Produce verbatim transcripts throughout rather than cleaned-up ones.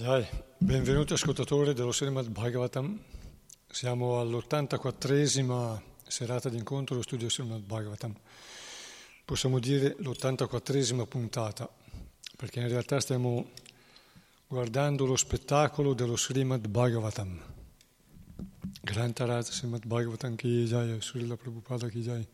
Dai, benvenuti ascoltatori dello Srimad Bhagavatam. Siamo all'ottantaquattresima serata di incontro allo studio Srimad Bhagavatam. Possiamo dire l'ottantaquattresima puntata, perché in realtà stiamo guardando lo spettacolo dello Srimad Bhagavatam. Grantaraj Srimad Bhagavatam Ki Jai, Srila Prabhupada Ki Jai.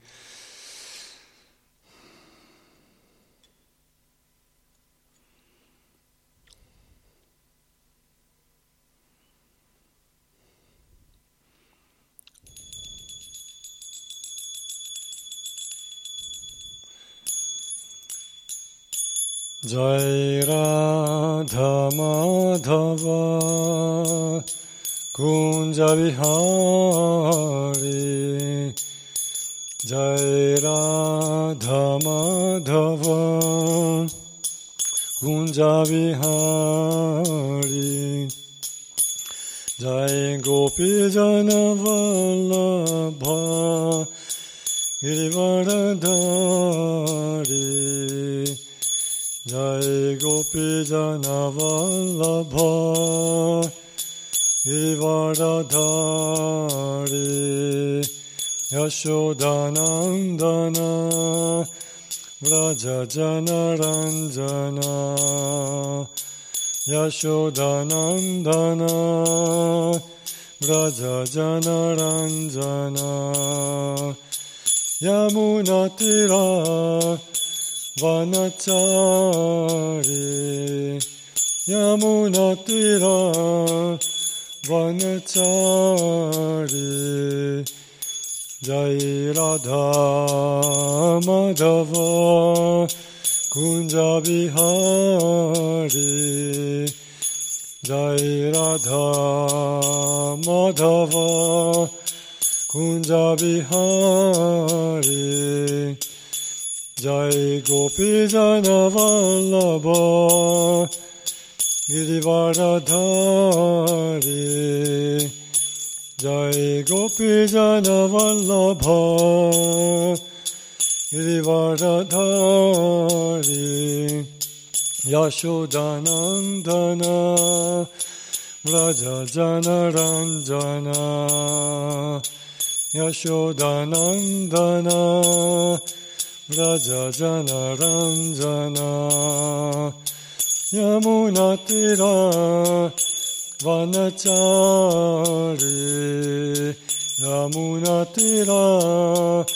Jai Radha Madhava Kunja Vihari Jai Radha Madhava Kunja Vihari Jai Gopi Jana Vallabha Girivaradhari Jai Gopi Jana Vallabha Girivaradhari Yashodanandana Vraja Jana Ranjana Yashodanandana Vraja Jana Ranjana Yamunatira Vanachari Yamunatira Vanachari Jai Radha Madhava Kunja Vihari Jai Radha Madhava Kunja Vihari Jai Gopi Jana Vallabha Girivaradhari Jai Gopi Jana Vallabha Girivaradhari Yashodanandana Vraja Jana Ranjana Yashodanandana Vraja Jana Ranjana Yamunatira Vanachari Yamunatira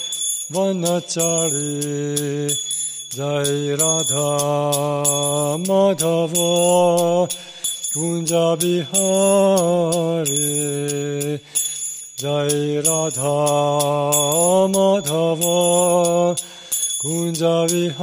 Vanachari Jai Radha Madhava Kunja Vihari Jai Radha Madhava Kunja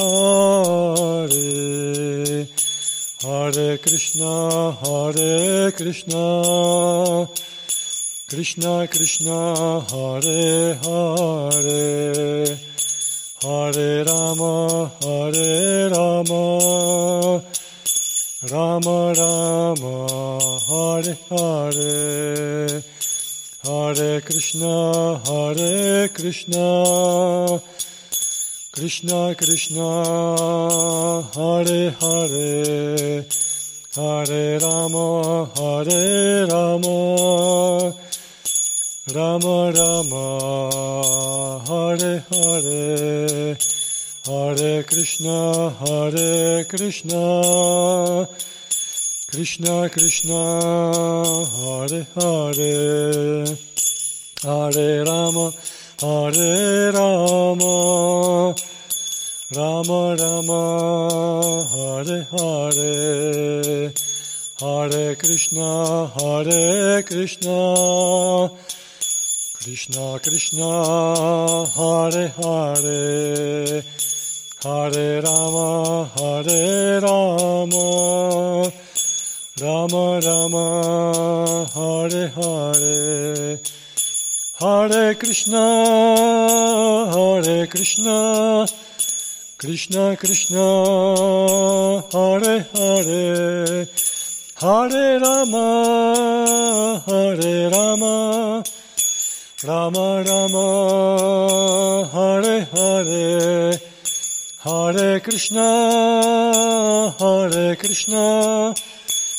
Vihari Hare Krishna Hare Krishna Krishna Krishna Hare Hare Hare Rama Hare Rama Rama Rama Hare Hare Hare Krishna Hare Krishna Krishna Krishna Hare Hare Hare Rama Hare Rama Rama Rama Hare Hare Hare Krishna Hare Krishna Krishna Krishna Hare Hare Hare Rama Hare Rama Rama Rama Hare Hare Hare Krishna Hare Krishna Krishna Krishna Hare Hare Hare Rama Hare Rama Rama Rama Hare Hare Hare Krishna Hare Krishna Krishna Krishna Hare Hare Hare Rama Hare Rama Rama Rama Hare Hare Hare Krishna Hare Krishna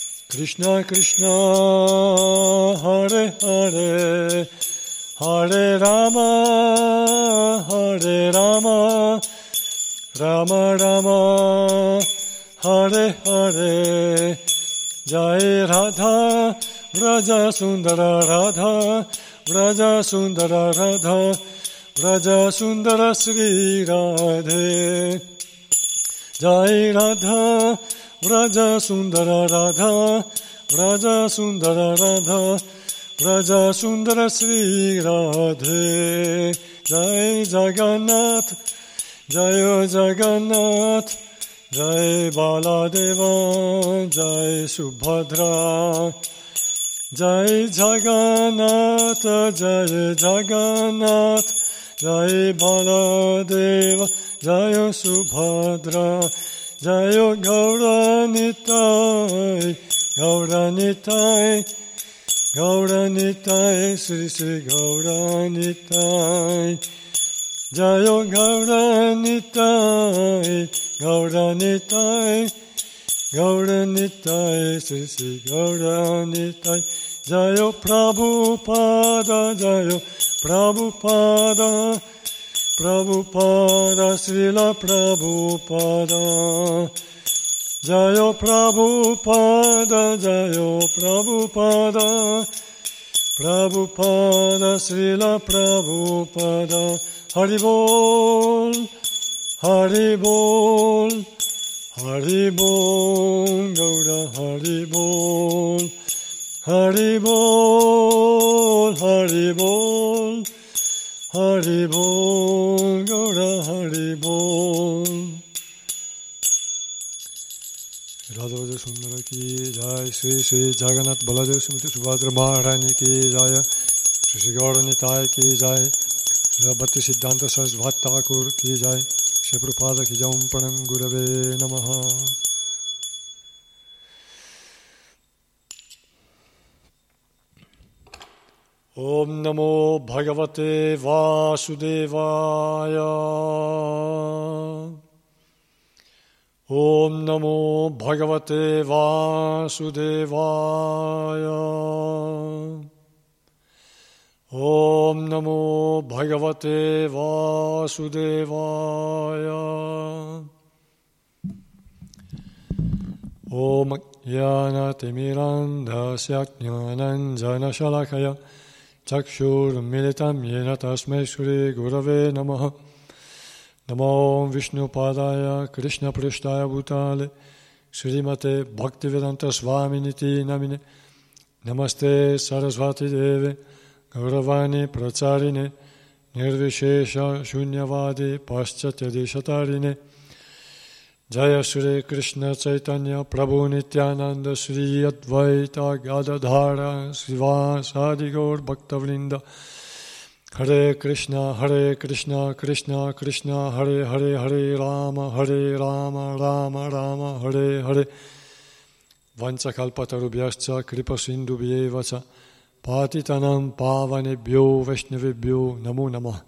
Krishna Krishna Hare Hare Hare Rama Hare Rama Rama Rama Hare Hare Jai Radha Vraja Sundara Radha Vraja Sundara Radha Vraja Sundara Sri Radhe Jai Radha Vraja Sundara Radha Vraja Sundara Radha Vraja Sundara Sri Radhe Jai Jagannath Jai Jagannath Jai Baladeva Jai Subhadra Jai Jagannath Jai Jagannath Jai Baladeva Jai Subhadra Jai Gaura Nitai Gaura Nitai Gaura Nitai Sri Sri Gaura Nitai Jai Gaura Nitai Gaura Nitai Gaura Nitai Sri Sri Gaura Nitai Jayo Prabhupada Jayo Prabhupada Prabhupada Srila Prabhupada Jayo Prabhupada Jayo Prabhupada Prabhupada Srila Prabhupada Haribol Haribol Haribol Gaura Haribol Haribol Haribol Haribol Gaura Haribol Radha Sundara ki jai Sri Sri Jagannath Baladev Sumiti Subhadra Maharani ki jai Sri Sri Gaura Nitai ki jai Sri Bhakti Siddhanta Sarasvati Thakur ki jai Shri Prabhupada ki jai Pranam Gurave Namaha. Om Namo Bhagavate Vasudevaya. Om Namo Bhagavate Vasudevaya. Om Namo Bhagavate Vasudevaya. Om Jnana Timirandhasya Jnananjana Shalakaya Chakshurmilitam Yena Tasmai Shri Gurave Namaha. Namo Vishnu Padaya Krishna Prishtaya Bhutale Srimate Bhaktivedanta Swaminiti Namine Namaste Sarasvati Deve Gauravani Pracharine Nirvishesha Shunyavadi Paschatya Deshatarine Jaya Shri Krishna Chaitanya Prabhu Nityananda Shri Advaita Gadadhara Siva Sadi Gaur Bhaktavrinda Hare Krishna Hare Krishna Krishna Krishna Hare Hare Hare Rama Hare Rama Rama Rama Hare Hare Vanchakalpatarubhyascha Kripa Sindhubhyevacha Patitanam Pavanebhyo Vaishnavebhyo Namo Namah.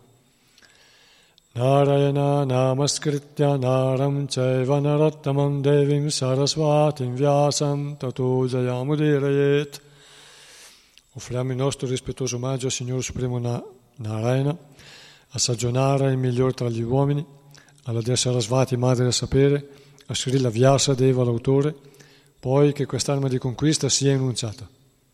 Narayana Namaskritya Naram Chaiva Narottamam Devim Sarasvatim Vyasam Tato Jayamudirayet. Offriamo il nostro rispettoso omaggio al Signore Supremo Narayana, a Sajonara, il miglior tra gli uomini, alla Dea Sarasvati, madre del sapere, a Srila Vyasa Deva, l'autore, poi che quest'arma di conquista sia enunciata.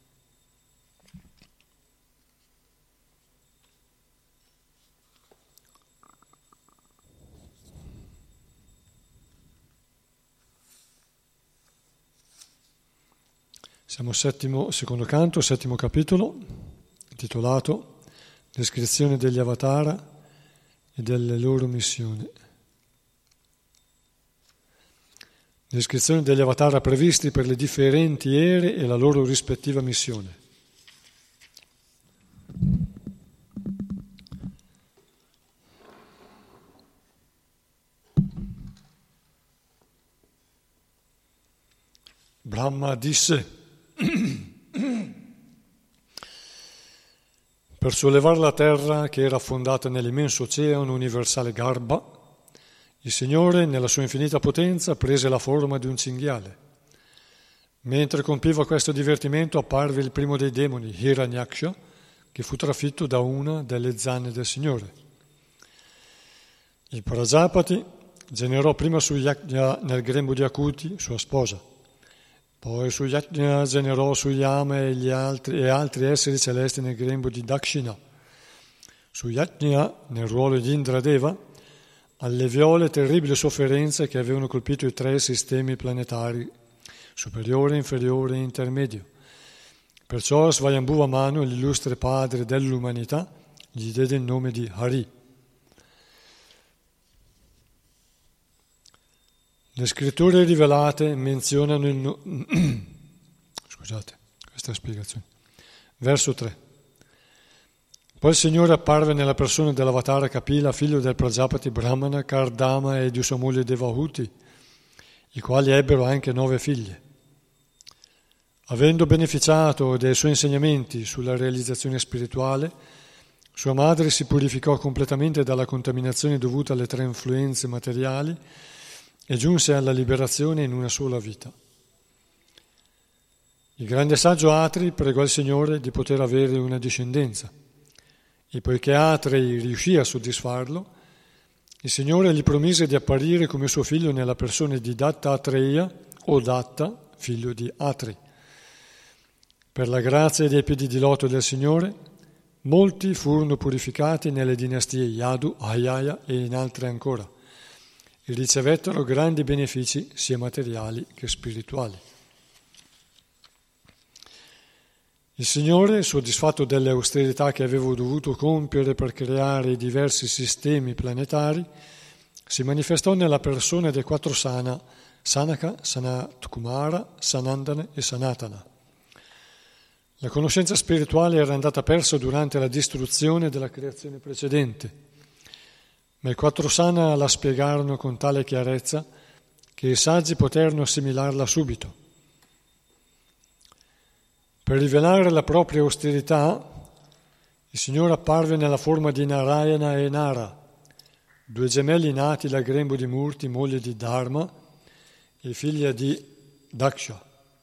Siamo al settimo, secondo canto, settimo capitolo, intitolato Descrizione degli Avatara e delle loro missioni. Descrizione degli Avatara previsti per le differenti ere e la loro rispettiva missione. Brahma disse: per sollevare la terra che era affondata nell'immenso oceano universale Garbha, il Signore, nella sua infinita potenza, prese la forma di un cinghiale. Mentre compiva questo divertimento apparve il primo dei demoni, Hiranyaksha, che fu trafitto da una delle zanne del Signore. Il Prajapati generò prima su Yajna nel grembo di Akuti, sua sposa, poi su Yajna generò su Yama e, gli altri, e altri esseri celesti nel grembo di Dakshina. Su Yajna, nel ruolo di Indradeva, alleviò le terribili sofferenze che avevano colpito i tre sistemi planetari, superiore, inferiore e intermedio. Perciò Svayambhuva Manu, l'illustre padre dell'umanità, gli diede il nome di Hari. Le scritture rivelate menzionano il no... Scusate, questa è la spiegazione. Verso tre. Poi il Signore apparve nella persona dell'avatara Kapila, figlio del Prajapati Brahmana, Kardama e di sua moglie Devahuti, i quali ebbero anche nove figlie. Avendo beneficiato dei suoi insegnamenti sulla realizzazione spirituale, sua madre si purificò completamente dalla contaminazione dovuta alle tre influenze materiali e giunse alla liberazione in una sola vita. Il grande saggio Atri pregò il Signore di poter avere una discendenza, e poiché Atri riuscì a soddisfarlo, il Signore gli promise di apparire come suo figlio nella persona di Dattatreya o Datta, figlio di Atri. Per la grazia dei piedi di loto del Signore, molti furono purificati nelle dinastie Yadu, Ayaya e in altre ancora, e ricevettero grandi benefici sia materiali che spirituali. Il Signore, soddisfatto delle austerità che avevo dovuto compiere per creare i diversi sistemi planetari, si manifestò nella persona dei quattro Sana, Sanaka, Sanatkumara, Sanandana e Sanatana. La conoscenza spirituale era andata persa durante la distruzione della creazione precedente, ma i quattro Sana la spiegarono con tale chiarezza che i saggi poterono assimilarla subito. Per rivelare la propria austerità, il Signore apparve nella forma di Narayana e Nara, due gemelli nati dal grembo di Murti, moglie di Dharma e figlia di Daksha.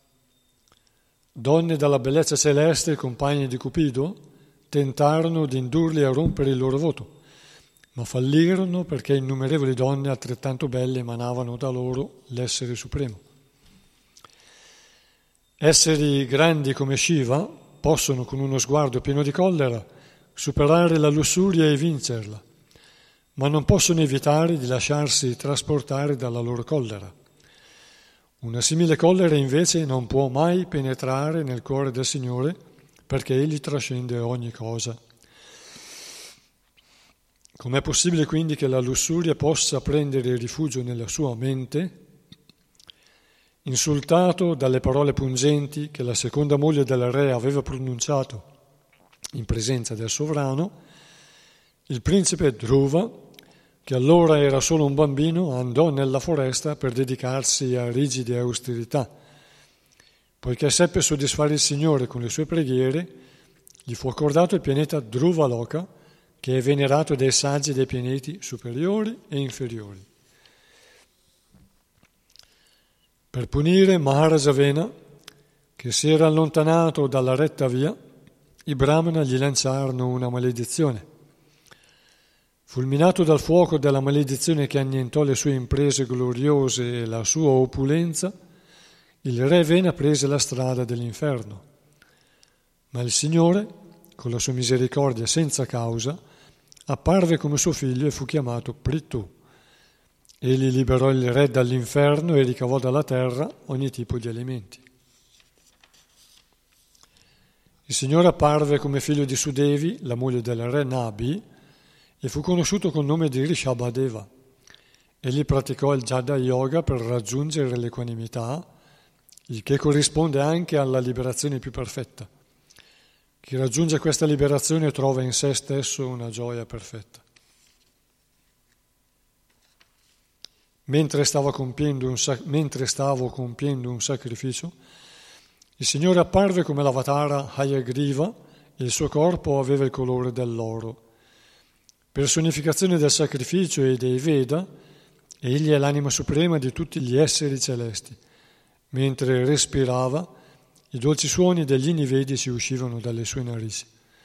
Donne dalla bellezza celeste e compagne di Cupido tentarono di indurli a rompere il loro voto, ma fallirono perché innumerevoli donne altrettanto belle emanavano da loro l'essere supremo. Esseri grandi come Shiva possono, con uno sguardo pieno di collera, superare la lussuria e vincerla, ma non possono evitare di lasciarsi trasportare dalla loro collera. Una simile collera invece non può mai penetrare nel cuore del Signore perché Egli trascende ogni cosa. Com'è possibile quindi che la lussuria possa prendere rifugio nella sua mente? Insultato dalle parole pungenti che la seconda moglie del re aveva pronunciato in presenza del sovrano, il principe Dhruva, che allora era solo un bambino, andò nella foresta per dedicarsi a rigide austerità. Poiché seppe soddisfare il Signore con le sue preghiere, gli fu accordato il pianeta Dhruvaloka, che è venerato dai saggi dei pianeti superiori e inferiori. Per punire Maharaja Vena, che si era allontanato dalla retta via, i Brahmana gli lanciarono una maledizione. Fulminato dal fuoco della maledizione che annientò le sue imprese gloriose e la sua opulenza, il re Vena prese la strada dell'inferno. Ma il Signore, con la sua misericordia senza causa, apparve come suo figlio e fu chiamato Prithu. Egli liberò il re dall'inferno e ricavò dalla terra ogni tipo di alimenti. Il Signore apparve come figlio di Sudevi, la moglie del re Nabi, e fu conosciuto col nome di Rishabhadeva. Egli praticò il Jada Yoga per raggiungere l'equanimità, il che corrisponde anche alla liberazione più perfetta. Chi raggiunge questa liberazione trova in sé stesso una gioia perfetta. Mentre stavo compiendo un, sac- mentre stavo compiendo un sacrificio, il Signore apparve come l'avatara Hayagriva e il suo corpo aveva il colore dell'oro. Personificazione del sacrificio e dei Veda, egli è l'anima suprema di tutti gli esseri celesti Mentre respirava, i dolci suoni degli inni vedici uscivano dalle sue narici.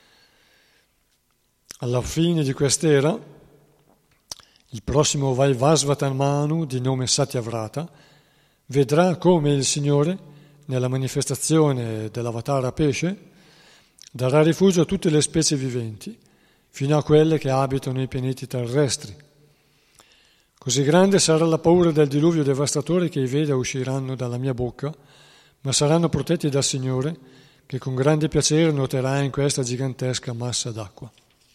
Alla fine di quest'era, il prossimo Vaivasvata Manu, di nome Satyavrata, vedrà come il Signore, nella manifestazione dell'Avatara pesce, darà rifugio a tutte le specie viventi, fino a quelle che abitano i pianeti terrestri. Così grande sarà la paura del diluvio devastatore che i Veda usciranno dalla mia bocca, ma saranno protetti dal Signore, che con grande piacere nuoterà in questa gigantesca massa d'acqua.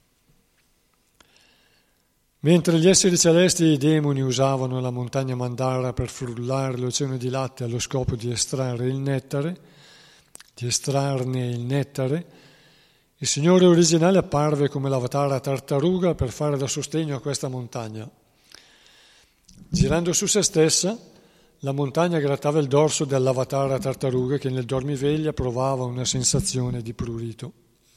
Mentre gli esseri celesti e i demoni usavano la montagna Mandara per frullare l'oceano di latte allo scopo di estrarre il nettare, di estrarne il nettare, il Signore originale apparve come l'Avatara tartaruga per fare da sostegno a questa montagna. Girando su se stessa, la montagna grattava il dorso dell'Avatara tartaruga che nel dormiveglia provava una sensazione di prurito.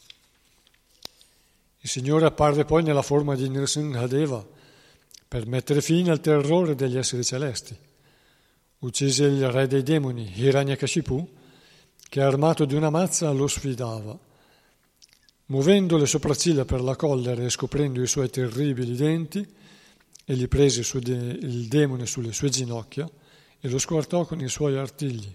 Il Signore apparve poi nella forma di Nrsimhadeva per mettere fine al terrore degli esseri celesti. Uccise il re dei demoni, Hiranyakashipu, che armato di una mazza lo sfidava. Muovendo le sopracciglia per la collera e scoprendo i suoi terribili denti, egli prese il demone sulle sue ginocchia e lo squartò con i suoi artigli.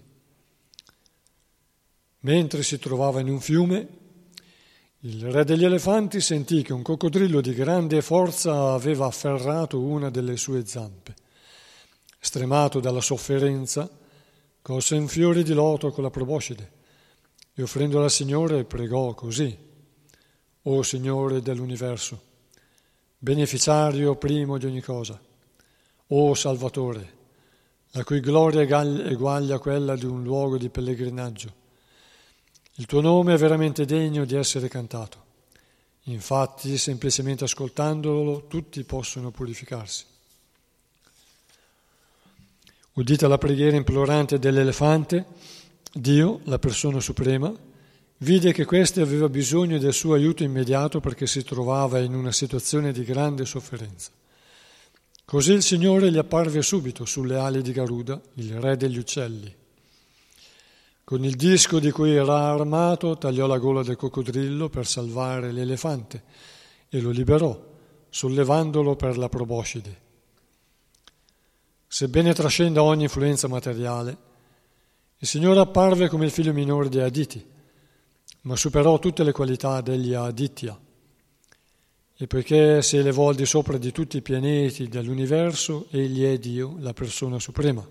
Mentre si trovava in un fiume, il re degli elefanti sentì che un coccodrillo di grande forza aveva afferrato una delle sue zampe. Stremato dalla sofferenza, colse un fiore di loto con la proboscide e offrendola al Signore pregò così: «O Signore dell'universo, beneficiario primo di ogni cosa, o Salvatore, la cui gloria eguaglia quella di un luogo di pellegrinaggio, il tuo nome è veramente degno di essere cantato. Infatti, semplicemente ascoltandolo, tutti possono purificarsi». Udita la preghiera implorante dell'elefante, Dio, la persona suprema, vide che questi aveva bisogno del suo aiuto immediato perché si trovava in una situazione di grande sofferenza. Così il Signore gli apparve subito sulle ali di Garuda, il re degli uccelli. Con il disco di cui era armato tagliò la gola del coccodrillo per salvare l'elefante e lo liberò, sollevandolo per la proboscide. Sebbene trascenda ogni influenza materiale, il Signore apparve come il figlio minore di Aditi, ma superò tutte le qualità degli Aditya. E poiché si elevò al di sopra di tutti i pianeti dell'universo, egli è Dio, la persona suprema.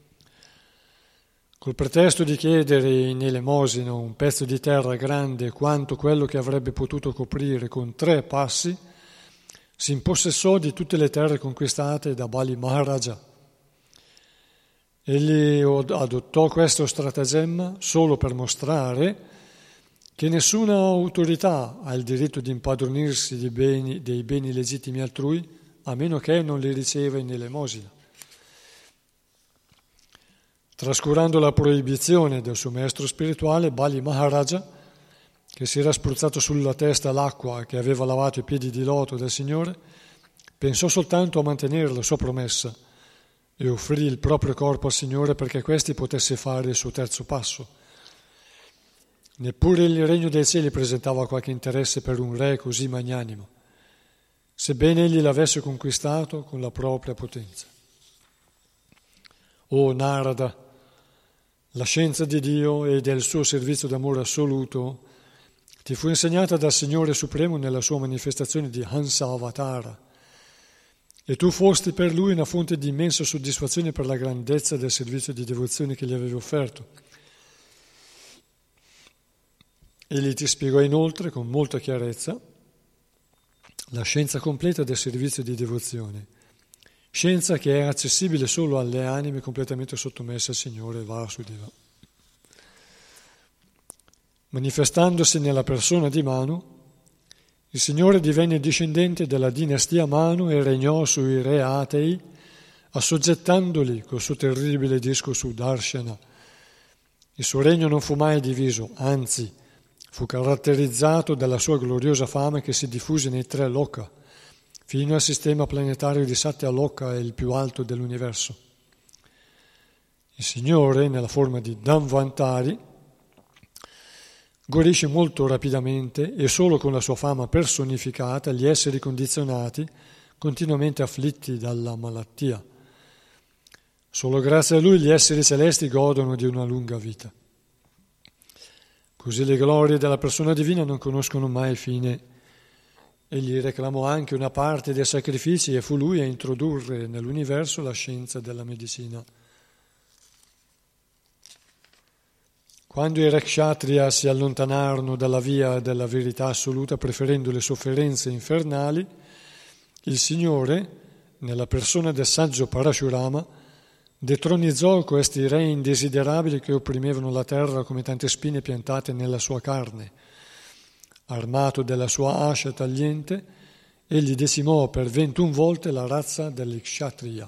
Col pretesto di chiedere in elemosina un pezzo di terra grande quanto quello che avrebbe potuto coprire con tre passi, si impossessò di tutte le terre conquistate da Bali Maharaja. Egli adottò questo stratagemma solo per mostrare che nessuna autorità ha il diritto di impadronirsi dei beni, dei beni legittimi altrui, a meno che non li riceva in elemosina. Trascurando la proibizione del suo maestro spirituale, Bali Maharaja, che si era spruzzato sulla testa l'acqua che aveva lavato i piedi di loto del Signore, pensò soltanto a mantenere la sua promessa e offrì il proprio corpo al Signore perché questi potesse fare il suo terzo passo. Neppure il regno dei cieli presentava qualche interesse per un re così magnanimo, sebbene egli l'avesse conquistato con la propria potenza. O Narada, la scienza di Dio e del suo servizio d'amore assoluto ti fu insegnata dal Signore Supremo nella sua manifestazione di Hansa Avatara, e tu fosti per lui una fonte di immensa soddisfazione per la grandezza del servizio di devozione che gli avevi offerto. Egli ti spiegò inoltre con molta chiarezza la scienza completa del servizio di devozione, scienza che è accessibile solo alle anime completamente sottomesse al Signore Vasudeva. Manifestandosi nella persona di Manu, il Signore divenne discendente della dinastia Manu e regnò sui re atei, assoggettandoli col suo terribile disco Sudarshana. Il suo regno non fu mai diviso, anzi, fu caratterizzato dalla sua gloriosa fama che si diffuse nei tre loka, fino al sistema planetario di Satya Loka, il più alto dell'universo. Il Signore, nella forma di Dhanvantari, guarisce molto rapidamente e solo con la sua fama personificata gli esseri condizionati, continuamente afflitti dalla malattia. Solo grazie a lui gli esseri celesti godono di una lunga vita. Così le glorie della persona divina non conoscono mai fine. Egli reclamò anche una parte dei sacrifici e fu lui a introdurre nell'universo la scienza della medicina. Quando i Rakshatriya si allontanarono dalla via della verità assoluta preferendo le sofferenze infernali, il Signore, nella persona del saggio Parashurama, detronizzò questi re indesiderabili che opprimevano la terra come tante spine piantate nella sua carne. Armato della sua ascia tagliente, egli decimò per ventuno volte la razza degli Kshatriya.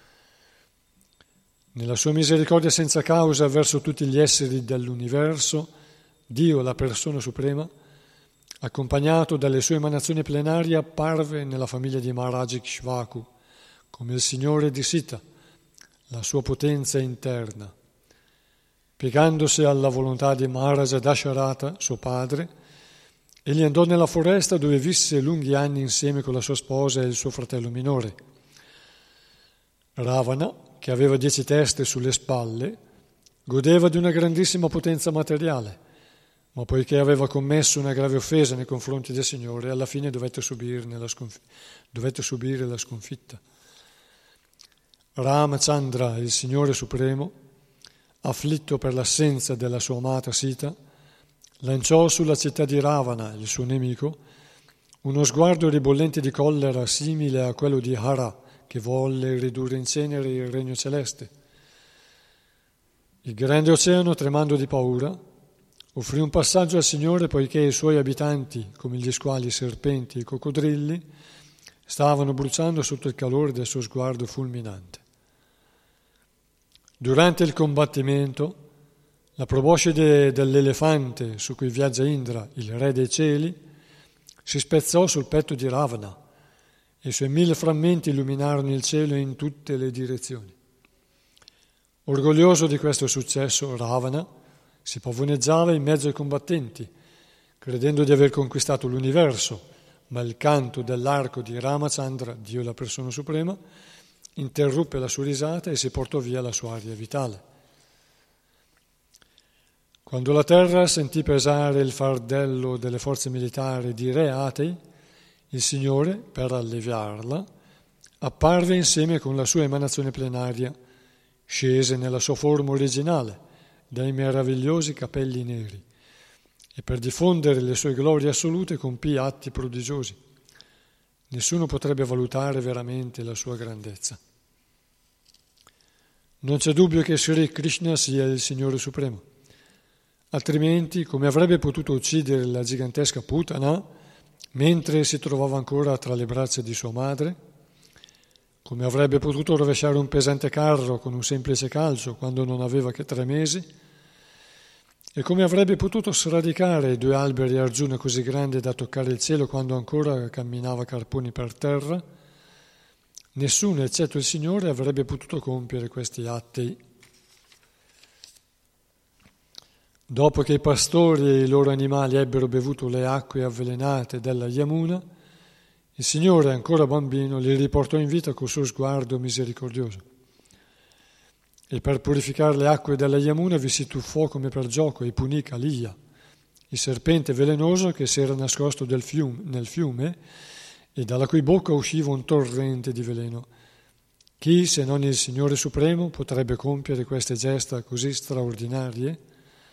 Nella sua misericordia senza causa verso tutti gli esseri dell'universo, Dio, la persona suprema, accompagnato dalle sue emanazioni plenarie, apparve nella famiglia di Maharaj Ikshvaku come il Signore di Sita, la sua potenza interna. Piegandosi alla volontà di Maharaja Dasharatha, suo padre, egli andò nella foresta dove visse lunghi anni insieme con la sua sposa e il suo fratello minore. Ravana, che aveva dieci teste sulle spalle, godeva di una grandissima potenza materiale, ma poiché aveva commesso una grave offesa nei confronti del Signore, alla fine dovette subirne la sconf- dovette subire la sconfitta. Ramachandra, il Signore Supremo, afflitto per l'assenza della sua amata Sita, lanciò sulla città di Ravana, il suo nemico, uno sguardo ribollente di collera simile a quello di Hara, che volle ridurre in cenere il regno celeste. Il grande oceano, tremando di paura, offrì un passaggio al Signore poiché i suoi abitanti, come gli squali, i serpenti e i coccodrilli, stavano bruciando sotto il calore del suo sguardo fulminante. Durante il combattimento, la proboscide dell'elefante su cui viaggia Indra, il re dei cieli, si spezzò sul petto di Ravana e i suoi mille frammenti illuminarono il cielo in tutte le direzioni. Orgoglioso di questo successo, Ravana si pavoneggiava in mezzo ai combattenti, credendo di aver conquistato l'universo, ma il canto dell'arco di Ramachandra, Dio la persona suprema, interruppe la sua risata e si portò via la sua aria vitale. Quando la terra sentì pesare il fardello delle forze militari di re atei, il Signore, per alleviarla, apparve insieme con la sua emanazione plenaria, scese nella sua forma originale, dai meravigliosi capelli neri, e per diffondere le sue glorie assolute compì atti prodigiosi. Nessuno potrebbe valutare veramente la sua grandezza. Non c'è dubbio che Sri Krishna sia il Signore Supremo. Altrimenti, come avrebbe potuto uccidere la gigantesca Putana mentre si trovava ancora tra le braccia di sua madre? Come avrebbe potuto rovesciare un pesante carro con un semplice calcio quando non aveva che tre mesi? E come avrebbe potuto sradicare due alberi Arjuna così grandi da toccare il cielo quando ancora camminava carponi per terra? Nessuno, eccetto il Signore, avrebbe potuto compiere questi atti. Dopo che i pastori e i loro animali ebbero bevuto le acque avvelenate della Yamuna, il Signore, ancora bambino, li riportò in vita col suo sguardo misericordioso. E per purificare le acque della Yamuna vi si tuffò come per gioco e punì Kaliya, il serpente velenoso che si era nascosto del fiume, nel fiume e dalla cui bocca usciva un torrente di veleno. Chi, se non il Signore Supremo, potrebbe compiere queste gesta così straordinarie?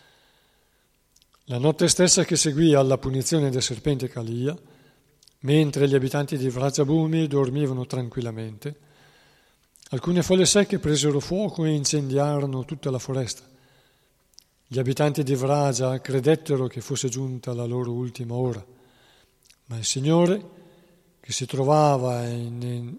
La notte stessa che seguì alla punizione del serpente Kaliya, mentre gli abitanti di Vrajabhumi dormivano tranquillamente, alcune foglie secche presero fuoco e incendiarono tutta la foresta. Gli abitanti di Vraja credettero che fosse giunta la loro ultima ora, ma il Signore, che si trovava in, in,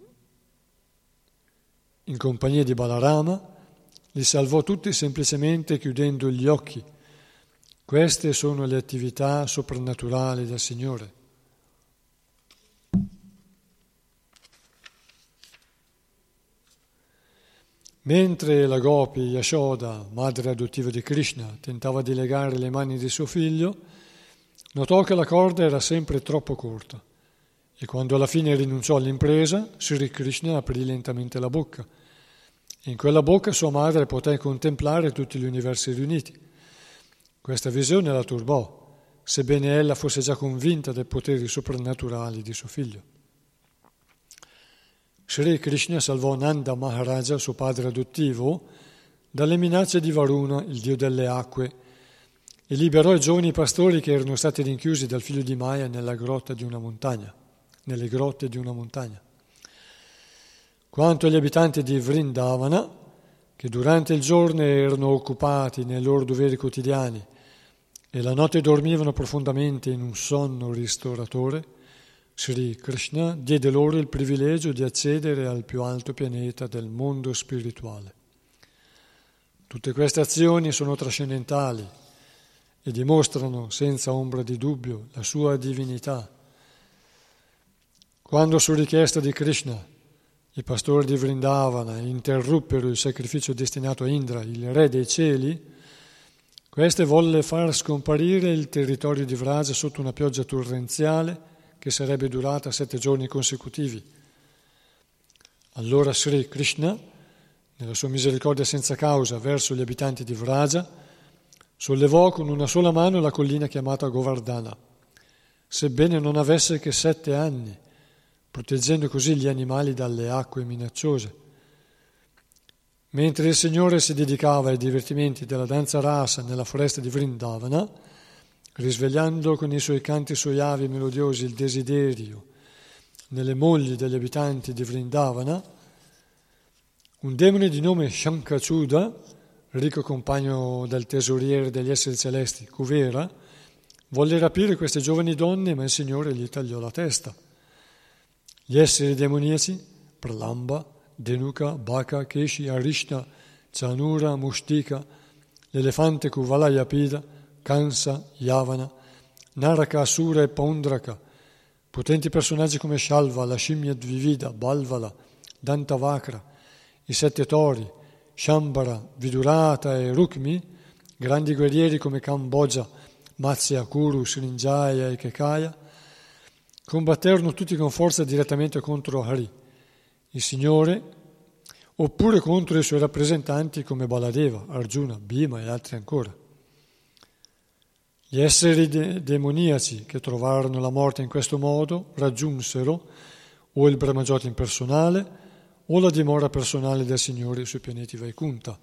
in compagnia di Balarama, li salvò tutti semplicemente chiudendo gli occhi. Queste sono le attività soprannaturali del Signore. Mentre la Gopi Yashoda, madre adottiva di Krishna, tentava di legare le mani di suo figlio, notò che la corda era sempre troppo corta e quando alla fine rinunciò all'impresa, Sri Krishna aprì lentamente la bocca. In quella bocca sua madre poté contemplare tutti gli universi riuniti. Questa visione la turbò, sebbene ella fosse già convinta dei poteri soprannaturali di suo figlio. Sri Krishna salvò Nanda Maharaja, suo padre adottivo, dalle minacce di Varuna, il dio delle acque, e liberò i giovani pastori che erano stati rinchiusi dal figlio di Maya nella grotta di una montagna, nelle grotte di una montagna. Quanto agli abitanti di Vrindavana, che durante il giorno erano occupati nei loro doveri quotidiani e la notte dormivano profondamente in un sonno ristoratore, Sri Krishna diede loro il privilegio di accedere al più alto pianeta del mondo spirituale. Tutte queste azioni sono trascendentali e dimostrano senza ombra di dubbio la sua divinità. Quando su richiesta di Krishna i pastori di Vrindavana interruppero il sacrificio destinato a Indra, il re dei cieli, queste volle far scomparire il territorio di Vraja sotto una pioggia torrenziale che sarebbe durata sette giorni consecutivi. Allora Sri Krishna, nella sua misericordia senza causa verso gli abitanti di Vraja, sollevò con una sola mano la collina chiamata Govardhana, sebbene non avesse che sette anni, proteggendo così gli animali dalle acque minacciose. Mentre il Signore si dedicava ai divertimenti della danza rasa nella foresta di Vrindavana, risvegliando con i suoi canti soavi e melodiosi il desiderio nelle mogli degli abitanti di Vrindavana, un demone di nome Shankachuda, ricco compagno del tesoriere degli esseri celesti, Kuvera, volle rapire queste giovani donne, ma il Signore gli tagliò la testa. Gli esseri demoniaci, Pralamba, Denuka, Baka, Keshi, Arishna, Chanura, Mushtika, l'elefante Kuvalayapida, Kansa, Yavana, Naraka, Asura e Paundraka, potenti personaggi come Shalva, la scimmia Dvivida, Balvala, Dantavakra, i sette tori, Shambhara, Vidurata e Rukmi, grandi guerrieri come Kamboja, Matsya, Kuru, Srinjaya e Kekaya, combatterono tutti con forza direttamente contro Hari, il Signore, oppure contro i suoi rappresentanti come Baladeva, Arjuna, Bhima e altri ancora. Gli esseri de- demoniaci che trovarono la morte in questo modo raggiunsero o il Brahmajoti impersonale o la dimora personale del Signore sui pianeti Vaikunta.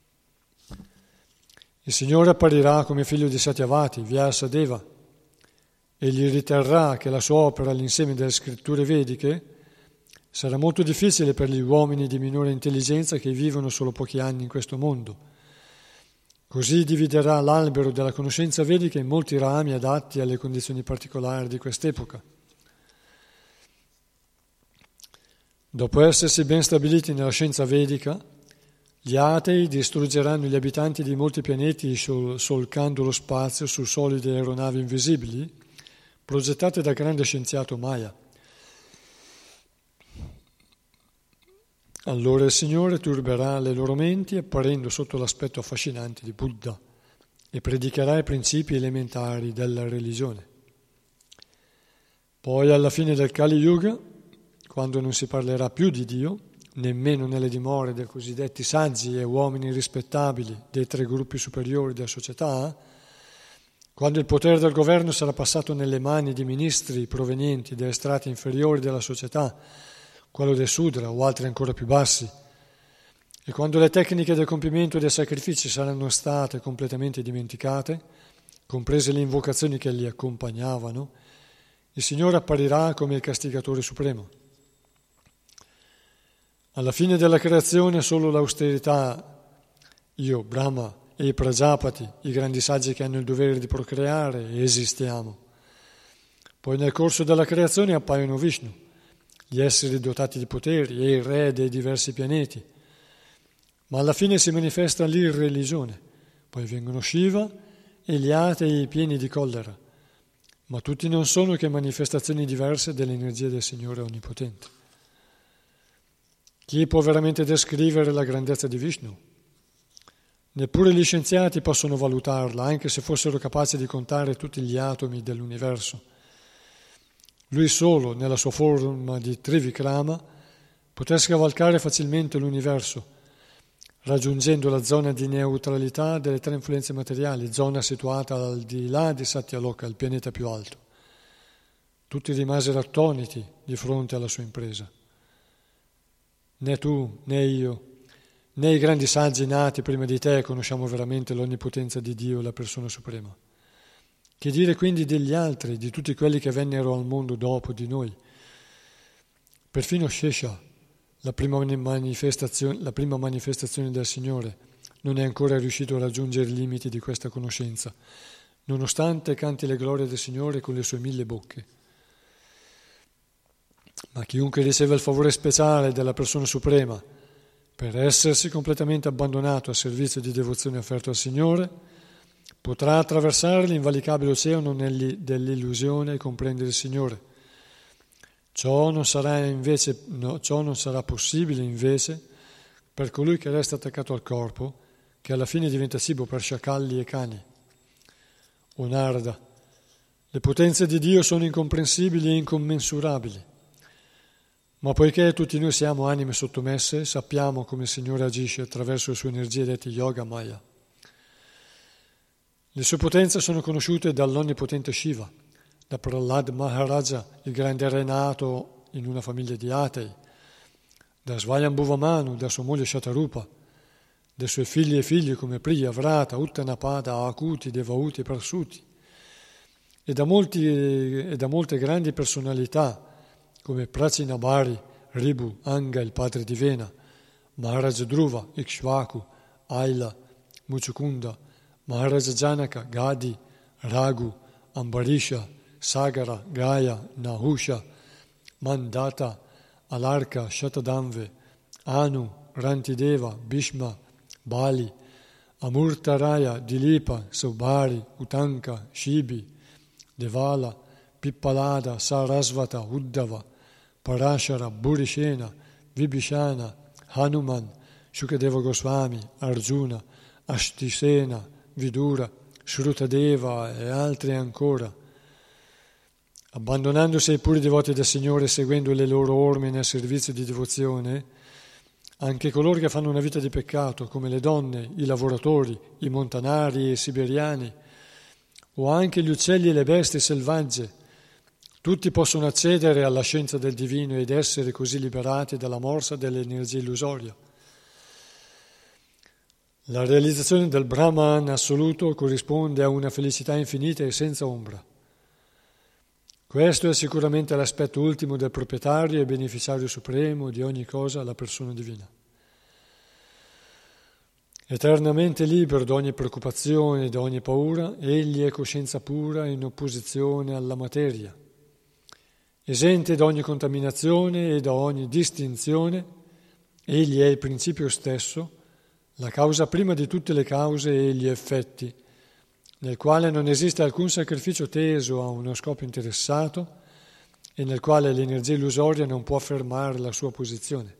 Il Signore apparirà come figlio di Satyavati, Vyasadeva, e gli riterrà che la sua opera all'insieme delle scritture vediche sarà molto difficile per gli uomini di minore intelligenza che vivono solo pochi anni in questo mondo. Così dividerà l'albero della conoscenza vedica in molti rami adatti alle condizioni particolari di quest'epoca. Dopo essersi ben stabiliti nella scienza vedica, gli atei distruggeranno gli abitanti di molti pianeti sol- solcando lo spazio su solide aeronavi invisibili progettate dal grande scienziato Maya. Allora il Signore turberà le loro menti apparendo sotto l'aspetto affascinante di Buddha e predicherà i principi elementari della religione. Poi alla fine del Kali Yuga, quando non si parlerà più di Dio, nemmeno nelle dimore dei cosiddetti saggi e uomini rispettabili dei tre gruppi superiori della società, quando il potere del governo sarà passato nelle mani di ministri provenienti dai strati inferiori della società, quello dei Sudra o altri ancora più bassi, e quando le tecniche del compimento dei sacrifici saranno state completamente dimenticate, comprese le invocazioni che li accompagnavano, il Signore apparirà come il castigatore supremo. Alla fine della creazione solo l'austerità, io, Brahma e i Prajapati, i grandi saggi che hanno il dovere di procreare, esistiamo. Poi nel corso della creazione appaiono Vishnu, gli esseri dotati di poteri e i re dei diversi pianeti, ma alla fine si manifesta l'irreligione, poi vengono Shiva e gli atei pieni di collera, ma tutti non sono che manifestazioni diverse dell'energia del Signore Onnipotente. Chi può veramente descrivere la grandezza di Vishnu? Neppure gli scienziati possono valutarla, anche se fossero capaci di contare tutti gli atomi dell'universo. Lui solo, nella sua forma di Trivikrama, poté scavalcare facilmente l'universo, raggiungendo la zona di neutralità delle tre influenze materiali, zona situata al di là di Satyaloka, il pianeta più alto. Tutti rimasero attoniti di fronte alla sua impresa. Né tu, né io, né i grandi saggi nati prima di te conosciamo veramente l'onnipotenza di Dio, la persona suprema. Che dire quindi degli altri, di tutti quelli che vennero al mondo dopo di noi? Perfino Shesha, la prima manifestazione, la prima manifestazione del Signore, non è ancora riuscito a raggiungere i limiti di questa conoscenza, nonostante canti le glorie del Signore con le sue mille bocche. Ma chiunque riceve il favore speciale della persona suprema, per essersi completamente abbandonato al servizio di devozione offerto al Signore, potrà attraversare l'invalicabile oceano dell'illusione e comprendere il Signore. Ciò non sarà invece, no, ciò non sarà possibile invece per colui che resta attaccato al corpo, che alla fine diventa cibo per sciacalli e cani. O Narada, le potenze di Dio sono incomprensibili e incommensurabili. Ma poiché tutti noi siamo anime sottomesse, sappiamo come il Signore agisce attraverso le sue energie dette Yoga Maya. Le sue potenze sono conosciute dall'onnipotente Shiva, da Prahlad Maharaja, il grande re nato in una famiglia di atei, da Svayambhuva Manu, da sua moglie Shatarupa, dai suoi figli e figli come Priya, Vrata, Uttanapada, Akuti, Devauti e Prasuti, e da, molti, e da molte grandi personalità come Prachinabhari, Ribu, Anga, il padre di Vena, Maharaj Dhruva, Ikshvaku, Aila, Muchukunda, Maharaj Janaka, Gadi, Raghu, Ambarisha, Sagara, Gaya, Nahusha, Mandata, Alarka, Shatadamve, Anu, Rantideva, Bhishma, Bali, Amurtaraya, Dilipa, Saubhari, Utanka, Shibi, Devala, Pippalada, Sarasvata, Uddhava, Parashara, Burishena, Vibhishana, Hanuman, Shukadeva Goswami, Arjuna, Ashtisena, Vidura, Shrutadeva e altri ancora. Abbandonandosi ai puri devoti del Signore e seguendo le loro orme nel servizio di devozione, anche coloro che fanno una vita di peccato, come le donne, i lavoratori, i montanari e i siberiani, o anche gli uccelli e le bestie selvagge, tutti possono accedere alla scienza del divino ed essere così liberati dalla morsa dell'energia illusoria. La realizzazione del Brahman assoluto corrisponde a una felicità infinita e senza ombra. Questo è sicuramente l'aspetto ultimo del proprietario e beneficiario supremo di ogni cosa, la persona divina. Eternamente libero da ogni preoccupazione e da ogni paura, egli è coscienza pura in opposizione alla materia. Esente da ogni contaminazione e da ogni distinzione, egli è il principio stesso, la causa prima di tutte le cause e gli effetti, nel quale non esiste alcun sacrificio teso a uno scopo interessato e nel quale l'energia illusoria non può fermare la sua posizione.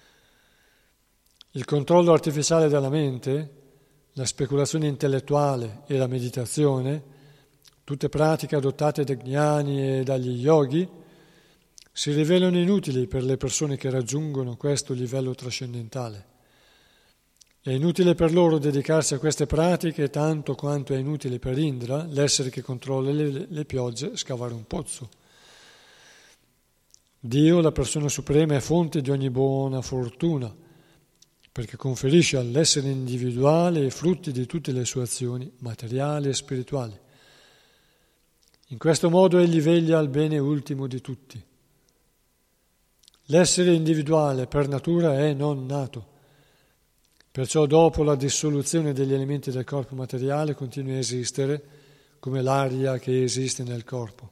Il controllo artificiale della mente, la speculazione intellettuale e la meditazione, tutte pratiche adottate dai gnani e dagli yogi, si rivelano inutili per le persone che raggiungono questo livello trascendentale. È inutile per loro dedicarsi a queste pratiche tanto quanto è inutile per Indra, l'essere che controlla le, le piogge, scavare un pozzo. Dio, la persona suprema, è fonte di ogni buona fortuna, perché conferisce all'essere individuale i frutti di tutte le sue azioni, materiali e spirituali. In questo modo egli veglia al bene ultimo di tutti. L'essere individuale per natura è non nato, perciò dopo la dissoluzione degli elementi del corpo materiale continua a esistere come l'aria che esiste nel corpo.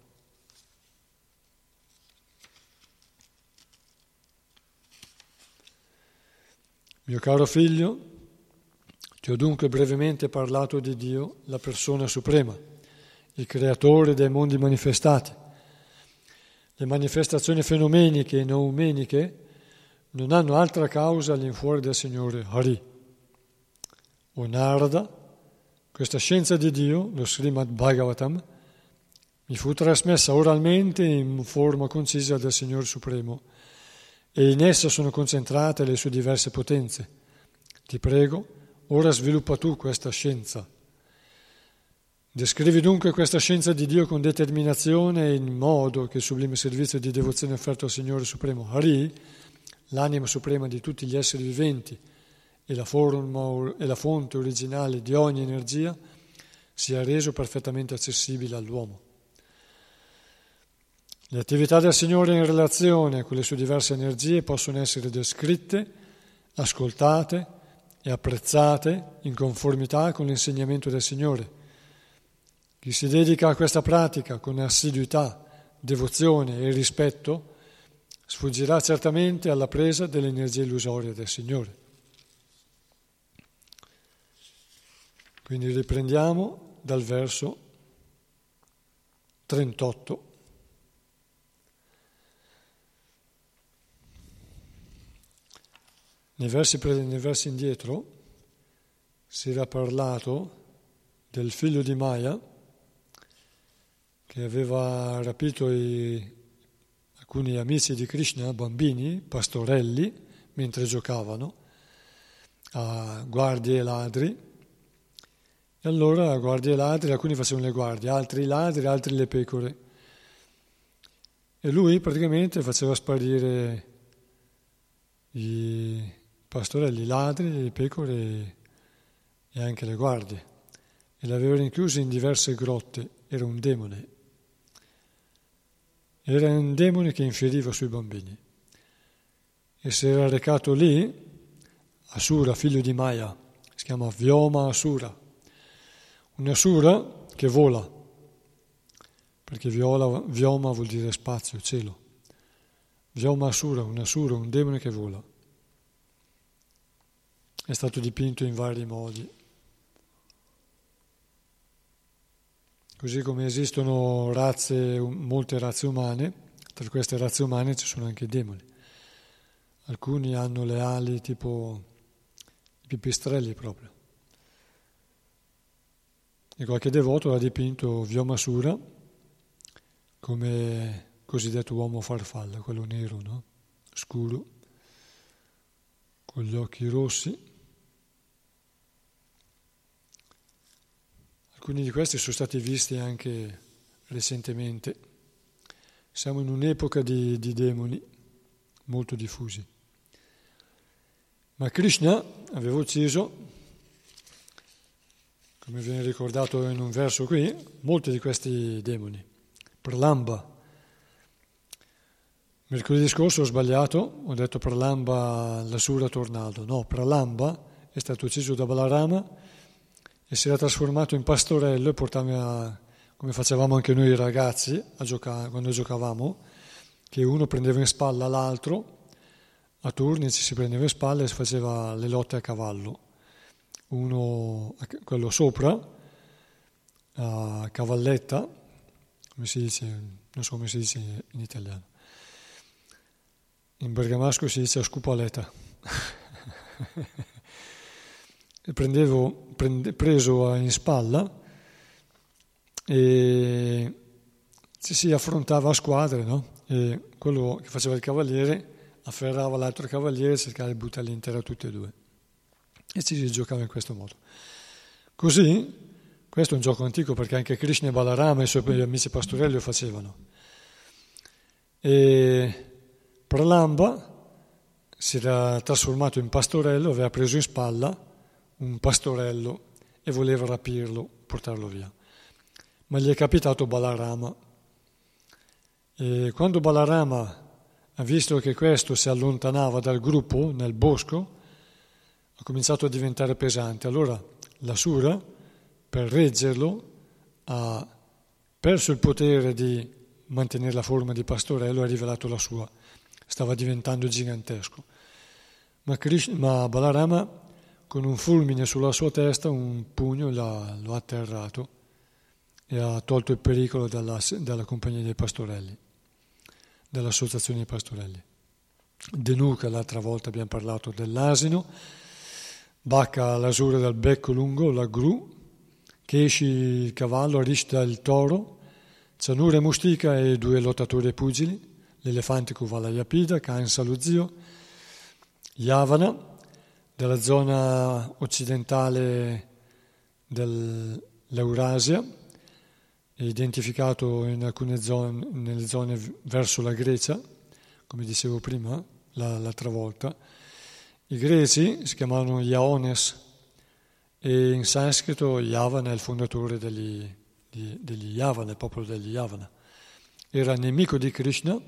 Mio caro figlio, ti ho dunque brevemente parlato di Dio, la persona suprema, il creatore dei mondi manifestati. Le manifestazioni fenomeniche e noumeniche non hanno altra causa all'infuori del Signore Hari. O Narada, questa scienza di Dio, lo Srimad Bhagavatam, mi fu trasmessa oralmente in forma concisa dal Signore Supremo e in essa sono concentrate le sue diverse potenze. Ti prego, ora sviluppa tu questa scienza. Descrivi dunque questa scienza di Dio con determinazione e in modo che il sublime servizio di devozione offerto al Signore Supremo Hari, l'anima suprema di tutti gli esseri viventi e la forma e la fonte originale di ogni energia, sia reso perfettamente accessibile all'uomo. Le attività del Signore in relazione con le sue diverse energie possono essere descritte, ascoltate e apprezzate in conformità con l'insegnamento del Signore. Chi si dedica a questa pratica con assiduità, devozione e rispetto sfuggirà certamente alla presa dell'energia illusoria del Signore. Quindi riprendiamo dal verso trentotto. Nei versi, nei versi indietro si era parlato del figlio di Maya che aveva rapito i, alcuni amici di Krishna, bambini, pastorelli, mentre giocavano a guardie e ladri. E allora guardie e ladri, alcuni facevano le guardie, altri i ladri, altri le pecore. E lui praticamente faceva sparire i pastorelli, i ladri, le pecore e anche le guardie. E li aveva rinchiusi in diverse grotte, era un demone. Era un demone che inferiva sui bambini. E si era recato lì, Asura, figlio di Maya, si chiama Vyoma Asura. Un Asura che vola, perché viola, Vyoma vuol dire spazio, cielo. Vyoma Asura, un Asura, un demone che vola. È stato dipinto in vari modi. Così come esistono razze, molte razze umane, tra queste razze umane ci sono anche i demoni. Alcuni hanno le ali tipo i pipistrelli proprio. E qualche devoto ha dipinto Vyomasura come cosiddetto uomo farfalla, quello nero, no? Scuro, con gli occhi rossi. Alcuni di questi sono stati visti anche recentemente. Siamo in un'epoca di, di demoni molto diffusi. Ma Krishna aveva ucciso, come viene ricordato in un verso qui, molti di questi demoni. Pralamba. Mercoledì scorso ho sbagliato, ho detto Pralamba l'Asura tornado. No, Pralamba è stato ucciso da Balarama e si era trasformato in pastorello e portava, come facevamo anche noi ragazzi a giocare, quando giocavamo, che uno prendeva in spalla l'altro, a turni ci si prendeva in spalla e si faceva le lotte a cavallo. Uno, quello sopra, a cavalletta, come si dice, non so come si dice in italiano. In bergamasco si dice a scupaletta. E prendevo, prende, preso in spalla e ci si affrontava a squadre, no? E quello che faceva il cavaliere afferrava l'altro cavaliere e cercava di buttarli in terra tutti e due. E ci si giocava in questo modo. Così, questo è un gioco antico perché anche Krishna e Balarama e i suoi amici pastorelli lo facevano. E Pralamba si era trasformato in pastorello, aveva preso in spalla un pastorello e voleva rapirlo, portarlo via. Ma gli è capitato Balarama. E quando Balarama ha visto che questo si allontanava dal gruppo nel bosco, ha cominciato a diventare pesante. Allora l'Asura, per reggerlo, ha perso il potere di mantenere la forma di pastorello e ha rivelato la sua. Stava diventando gigantesco. Ma, Krishna, ma Balarama, con un fulmine sulla sua testa, un pugno l'ha, lo ha atterrato e ha tolto il pericolo dalla, dalla compagnia dei pastorelli, dall'associazione dei pastorelli. Denuka, l'altra volta abbiamo parlato dell'asino, Bacca l'asura dal becco lungo, la gru, Keshi il cavallo, Arishta il toro, Zanura e Mustika e due lottatori e pugili, l'elefante Kuvala Yapida, Kansa lo zio, Yavana, della zona occidentale dell'Eurasia, identificato in alcune zone, nelle zone verso la Grecia, come dicevo prima, l'altra volta. I greci si chiamavano Iaones e in sanscrito Yavana è il fondatore degli, degli Yavana, il popolo degli Yavana. Era nemico di Krishna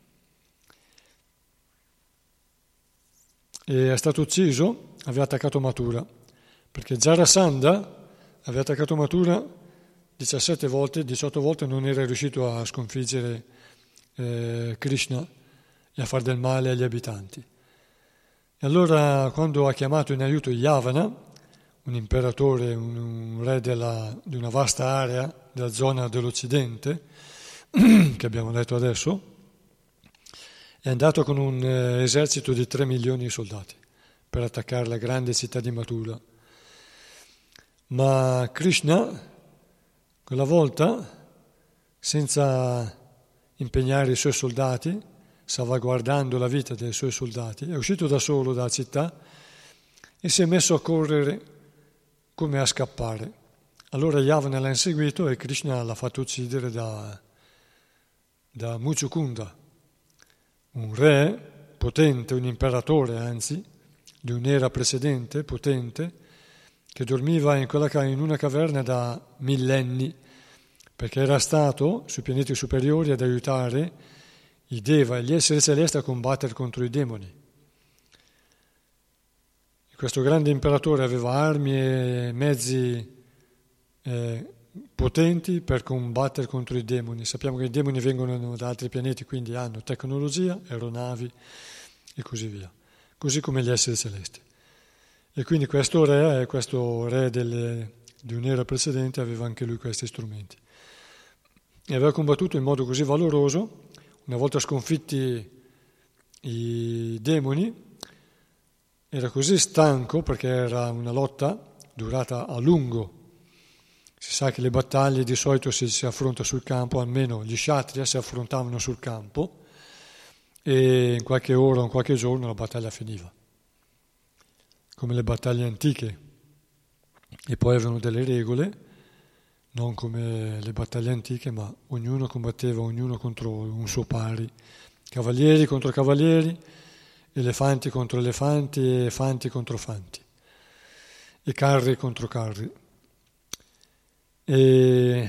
e è stato ucciso, aveva attaccato Mathura, perché Jarasandha aveva attaccato Mathura diciassette volte, diciotto volte non era riuscito a sconfiggere eh, Krishna e a far del male agli abitanti. E allora quando ha chiamato in aiuto Yavana, un imperatore, un, un re della, di una vasta area della zona dell'Occidente, che abbiamo detto adesso, è andato con un eh, esercito di tre milioni di soldati per attaccare la grande città di Mathura. Ma Krishna, quella volta, senza impegnare i suoi soldati, salvaguardando la vita dei suoi soldati, è uscito da solo dalla città e si è messo a correre come a scappare. Allora Yavana l'ha inseguito e Krishna l'ha fatto uccidere da, da Muchukunda, un re potente, un imperatore anzi, di un'era precedente, potente, che dormiva in, quella, in una caverna da millenni, perché era stato sui pianeti superiori ad aiutare i Deva e gli esseri celesti a combattere contro i demoni. E questo grande imperatore aveva armi e mezzi eh, potenti per combattere contro i demoni. Sappiamo che i demoni vengono da altri pianeti, quindi hanno tecnologia, aeronavi e così via, così come gli esseri celesti. E quindi questo re, questo re delle, di un'era precedente, aveva anche lui questi strumenti. E aveva combattuto in modo così valoroso. Una volta sconfitti i demoni, era così stanco perché era una lotta durata a lungo. Si sa che le battaglie di solito si, si affronta sul campo, almeno gli kshatriya si affrontavano sul campo e in qualche ora o in qualche giorno la battaglia finiva, come le battaglie antiche. E poi avevano delle regole, non come le battaglie antiche, ma ognuno combatteva ognuno contro un suo pari, cavalieri contro cavalieri, elefanti contro elefanti, e fanti contro fanti, e carri contro carri. E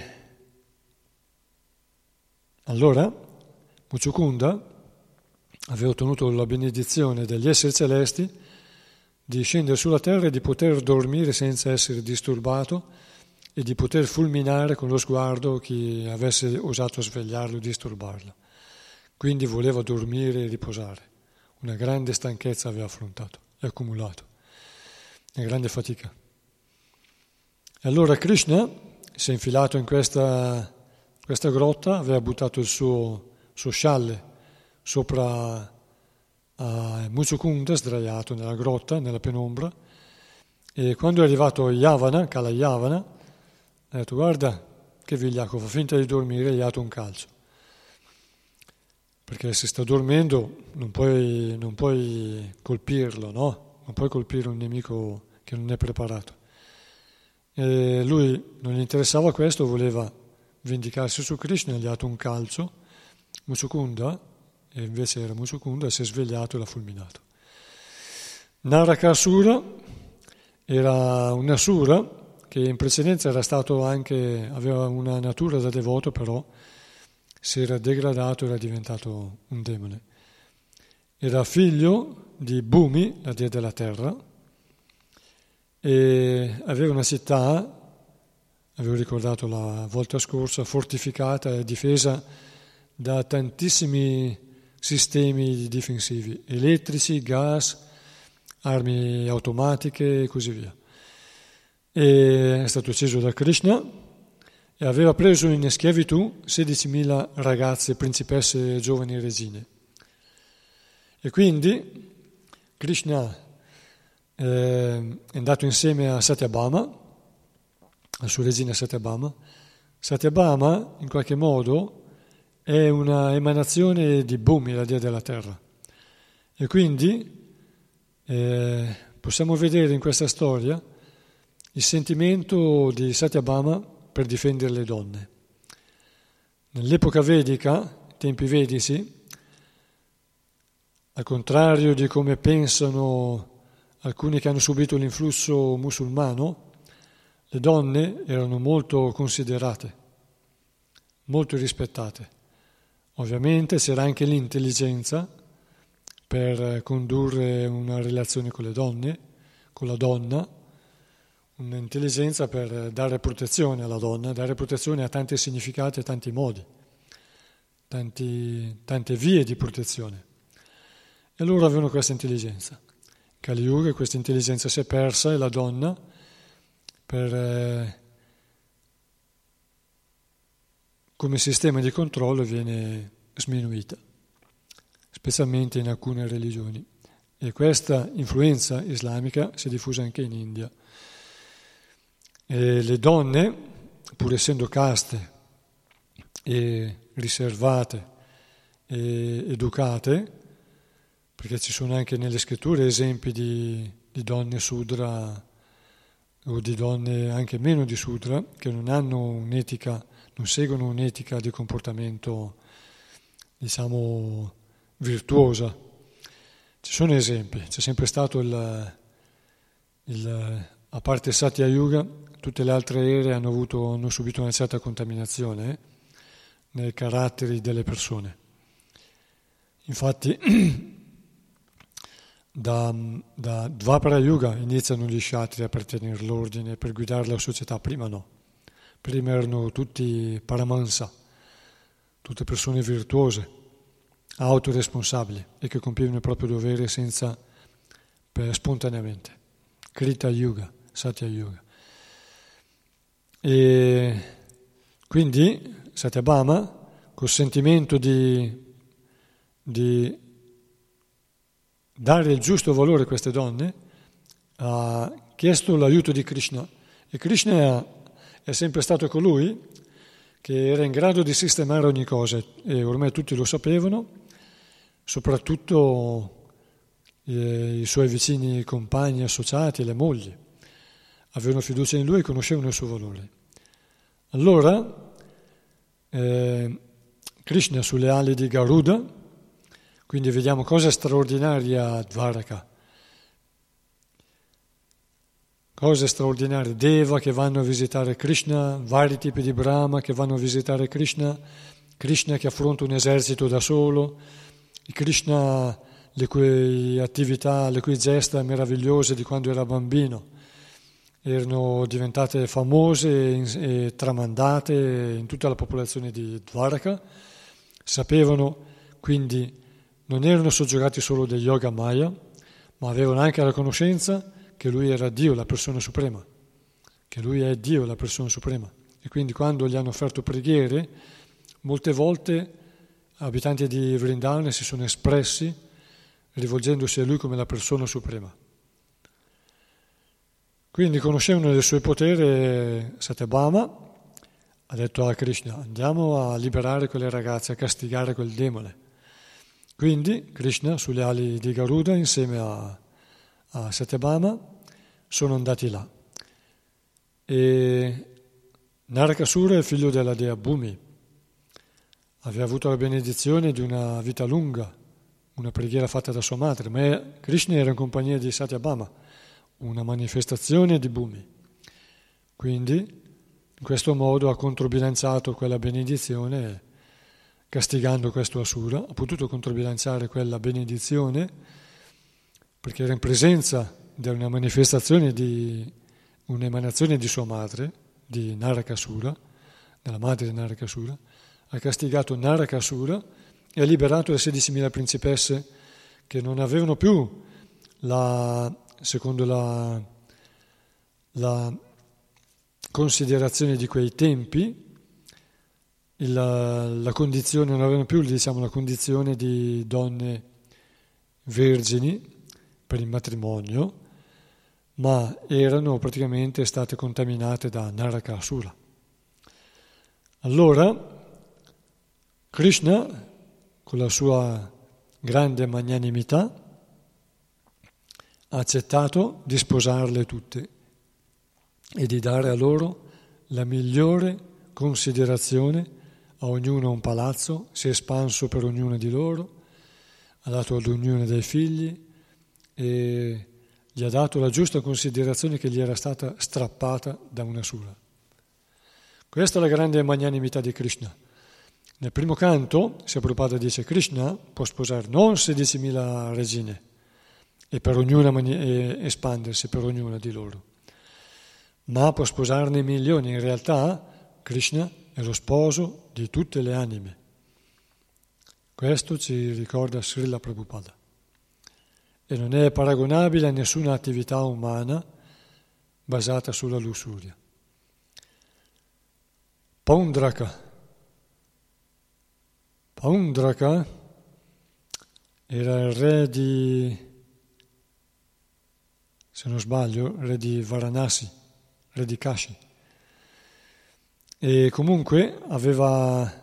allora Muchukunda aveva ottenuto la benedizione degli esseri celesti di scendere sulla terra e di poter dormire senza essere disturbato e di poter fulminare con lo sguardo chi avesse osato svegliarlo o disturbarlo. Quindi voleva dormire e riposare. Una grande stanchezza aveva affrontato e accumulato, una grande fatica. E allora Krishna si è infilato in questa, questa grotta, aveva buttato il suo, suo scialle sopra a Muchukunda, sdraiato nella grotta, nella penombra, e quando è arrivato Yavana, Kala Yavana, ha detto: guarda che vigliacco, fa finta di dormire, gli ha dato un calcio. Perché se sta dormendo non puoi, non puoi colpirlo, no? Non puoi colpire un nemico che non è preparato. E lui non gli interessava questo, voleva vendicarsi su Krishna, gli ha dato un calcio, Muchukunda, e invece era Muchukunda, si è svegliato e l'ha fulminato. Narakasura era un asura che in precedenza era stato anche, aveva una natura da devoto, però si era degradato e era diventato un demone. Era figlio di Bhumi, la dea della terra, e aveva una città, avevo ricordato la volta scorsa, fortificata e difesa da tantissimi sistemi difensivi, elettrici, gas, armi automatiche e così via. E è stato ucciso da Krishna e aveva preso in schiavitù sedicimila ragazze, principesse, giovani regine. E quindi Krishna eh, è andato insieme a Satyabhama, la sua regina Satyabhama. Satyabhama, in qualche modo, è una emanazione di Bhumi, la dea della terra. E quindi eh, possiamo vedere in questa storia il sentimento di Satyabhama per difendere le donne. Nell'epoca vedica, tempi vedici, al contrario di come pensano alcuni che hanno subito l'influsso musulmano, le donne erano molto considerate, molto rispettate. Ovviamente c'era anche l'intelligenza per condurre una relazione con le donne, con la donna, un'intelligenza per dare protezione alla donna. Dare protezione ha tanti significati e tanti modi, tanti, tante vie di protezione. E loro avevano questa intelligenza. Kali Yuga questa intelligenza si è persa e la donna, per, eh, come sistema di controllo, viene sminuita, specialmente in alcune religioni. E questa influenza islamica si è diffusa anche in India. E le donne, pur essendo caste e riservate e educate, perché ci sono anche nelle scritture esempi di, di donne sudra o di donne anche meno di sudra che non hanno un'etica, non seguono un'etica di comportamento, diciamo, virtuosa. Ci sono esempi, c'è sempre stato il, il a parte Satya Yuga, tutte le altre ere hanno, avuto, hanno subito una certa contaminazione eh, nei caratteri delle persone. Infatti da, da Dvapara Yuga iniziano gli Kshatriya per tenere l'ordine, per guidare la società. Prima no, prima erano tutti Paramahansa, tutte persone virtuose, autoresponsabili e che compivano il proprio dovere senza, per, spontaneamente. Krita Yuga, Satya Yuga. E quindi Satyabhama, col sentimento di, di dare il giusto valore a queste donne, ha chiesto l'aiuto di Krishna. E Krishna è sempre stato colui che era in grado di sistemare ogni cosa, e ormai tutti lo sapevano, soprattutto eh, i suoi vicini compagni, associati, le mogli. Avevano fiducia in lui e conoscevano il suo valore. Allora, eh, Krishna sulle ali di Garuda, quindi vediamo cosa straordinaria a Dvaraka, cose straordinarie, Deva che vanno a visitare Krishna, vari tipi di Brahma che vanno a visitare Krishna, Krishna che affronta un esercito da solo, Krishna le cui attività, le cui gesta meravigliose di quando era bambino erano diventate famose e tramandate in tutta la popolazione di Dvaraka. Sapevano, quindi non erano soggiogati solo degli Yoga Maya, ma avevano anche la conoscenza che lui era Dio, la persona suprema, che lui è Dio, la persona suprema. E quindi quando gli hanno offerto preghiere, molte volte abitanti di Vrindavan si sono espressi rivolgendosi a lui come la persona suprema. Quindi conoscevano del suo potere. Satyabhama ha detto a Krishna: andiamo a liberare quelle ragazze, a castigare quel demone. Quindi Krishna sulle ali di Garuda insieme a, a Satyabhama sono andati là. E Narakasura è il figlio della dea Bhumi, aveva avuto la benedizione di una vita lunga, una preghiera fatta da sua madre, ma Krishna era in compagnia di Satyabhama, una manifestazione di Bhumi. Quindi in questo modo ha controbilanciato quella benedizione, castigando questo Asura, ha potuto controbilanciare quella benedizione perché era in presenza di una manifestazione di un'emanazione di sua madre, di Narakasura, della madre di Narakasura, ha castigato Narakasura e ha liberato le sedicimila principesse che non avevano più la, secondo la, la considerazione di quei tempi, la, la condizione, non avevano più, diciamo, la condizione di donne vergini per il matrimonio, ma erano praticamente state contaminate da Narakasura. Allora Krishna, con la sua grande magnanimità, ha accettato di sposarle tutte e di dare a loro la migliore considerazione, a ognuno un palazzo, si è espanso per ognuna di loro, ha dato ad ognuno dei figli e gli ha dato la giusta considerazione che gli era stata strappata da una sura. Questa è la grande magnanimità di Krishna. Nel primo canto, se Prabhupada dice Krishna può sposare non sedicimila regine e per ognuna mani- e espandersi per ognuna di loro, ma può sposarne milioni. In realtà Krishna è lo sposo di tutte le anime. Questo ci ricorda Srila Prabhupada. E non è paragonabile a nessuna attività umana basata sulla lussuria. Paundraka. Paundraka era il re di, se non sbaglio, re di Varanasi, re di Kashi. E comunque aveva,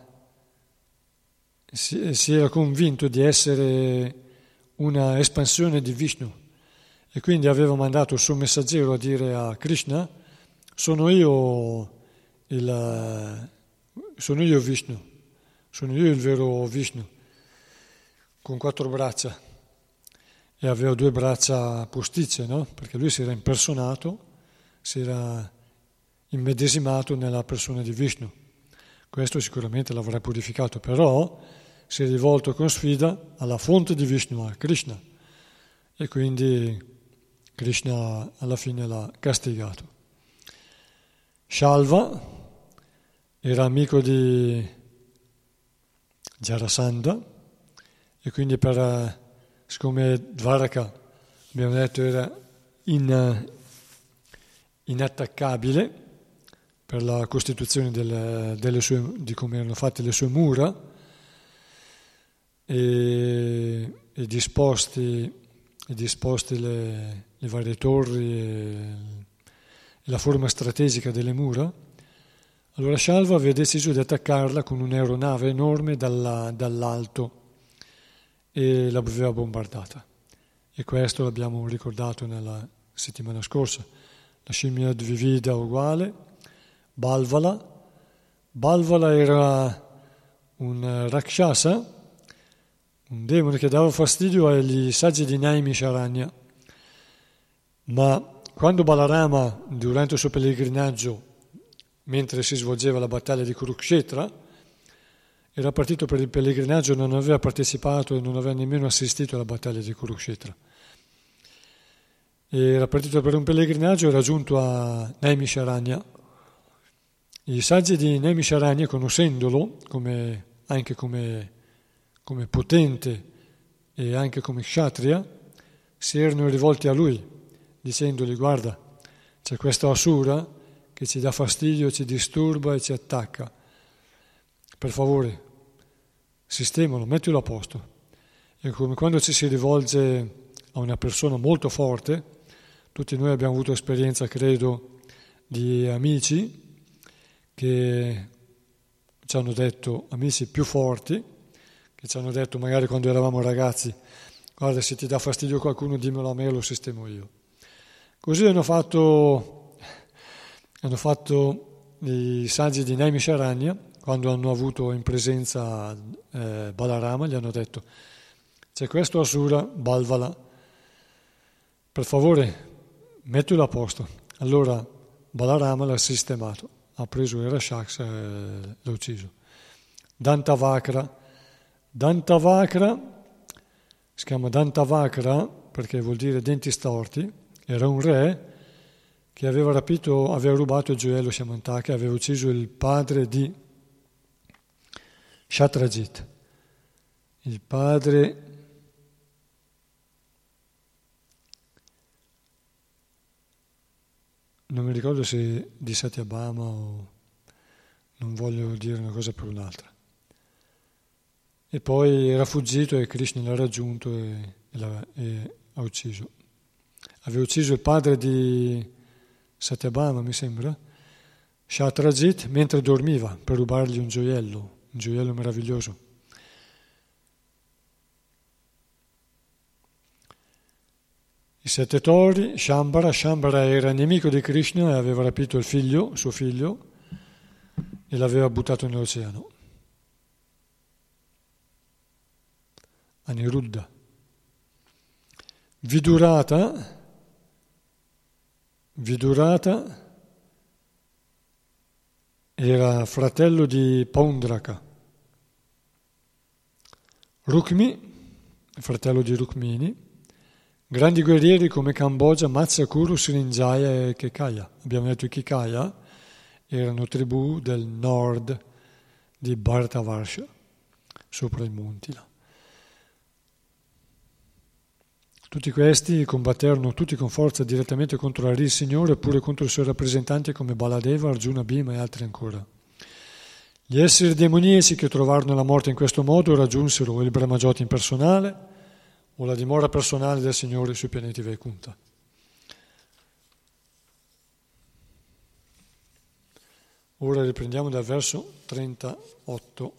si, si era convinto di essere una espansione di Vishnu e quindi aveva mandato il suo messaggero a dire a Krishna: sono io il, sono io Vishnu, sono io il vero Vishnu, con quattro braccia, e aveva due braccia posticce, no? Perché lui si era impersonato, si era immedesimato nella persona di Vishnu. Questo sicuramente l'avrà purificato, però si è rivolto con sfida alla fonte di Vishnu, a Krishna, e quindi Krishna alla fine l'ha castigato. Shalva era amico di Jarasandha e quindi per, siccome Dvaraka, abbiamo detto, era in, inattaccabile per la costituzione delle, delle sue, di come erano fatte le sue mura, e, e disposti, e disposti le, le varie torri e, e la forma strategica delle mura, allora Shalva aveva deciso di attaccarla con un'aeronave enorme dalla, dall'alto e l'aveva bombardata. E questo l'abbiamo ricordato nella settimana scorsa. La scimmia Dvivida uguale, Balvala. Balvala era un Rakshasa, un demone che dava fastidio agli saggi di Naimisharanya, ma quando Balarama, durante il suo pellegrinaggio, mentre si svolgeva la battaglia di Kurukshetra, era partito per il pellegrinaggio, non aveva partecipato e non aveva nemmeno assistito alla battaglia di Kurukshetra. Era partito per un pellegrinaggio e era giunto a Naimisharanya. I saggi di Naimisharanya, conoscendolo come, anche come, come potente e anche come kshatriya, si erano rivolti a lui, dicendogli: guarda, c'è questo asura che ci dà fastidio, ci disturba e ci attacca. Per favore, sistemalo, mettilo a posto. E come quando ci si rivolge a una persona molto forte, tutti noi abbiamo avuto esperienza, credo, di amici che ci hanno detto, amici più forti, che ci hanno detto magari quando eravamo ragazzi: guarda, se ti dà fastidio qualcuno dimmelo a me, lo sistemo io. Così hanno fatto, hanno fatto i saggi di Naimisharanya, quando hanno avuto in presenza eh, Balarama, gli hanno detto: c'è questo asura, Balvala, per favore mettilo a posto. Allora Balarama l'ha sistemato, ha preso il Rakshasa e l'ha ucciso. Dantavakra. Dantavakra si chiama Dantavakra perché vuol dire denti storti. Era un re che aveva rapito, aveva rubato il gioiello Shamantaka e aveva ucciso il padre di Shatrajit, il padre non mi ricordo se di Satyabhama o non voglio dire una cosa per un'altra. E poi era fuggito e Krishna l'ha raggiunto e, e, la, e ha ucciso. Aveva ucciso il padre di Satyabhama, mi sembra, Shatrajit, mentre dormiva per rubargli un gioiello, un gioiello meraviglioso. I sette tori, Shambhara, Shambhara era nemico di Krishna e aveva rapito il figlio, suo figlio, e l'aveva buttato nell'oceano. Aniruddha. Vidurata, Vidurata era fratello di Paundraka. Rukmi, fratello di Rukmini, grandi guerrieri come Cambogia, Matsya, Kuru, Srinjaya e Kekaya. Abbiamo detto i Kekaya erano tribù del nord di Bharatavarsha, sopra i monti là. Tutti questi combatterono tutti con forza direttamente contro Hari il Signore oppure contro i suoi rappresentanti come Baladeva, Arjuna, Bhima e altri ancora. Gli esseri demoniaci che trovarono la morte in questo modo raggiunsero il Brahmajoti impersonale o la dimora personale del Signore sui pianeti Vaikunta. Ora riprendiamo dal verso trentotto.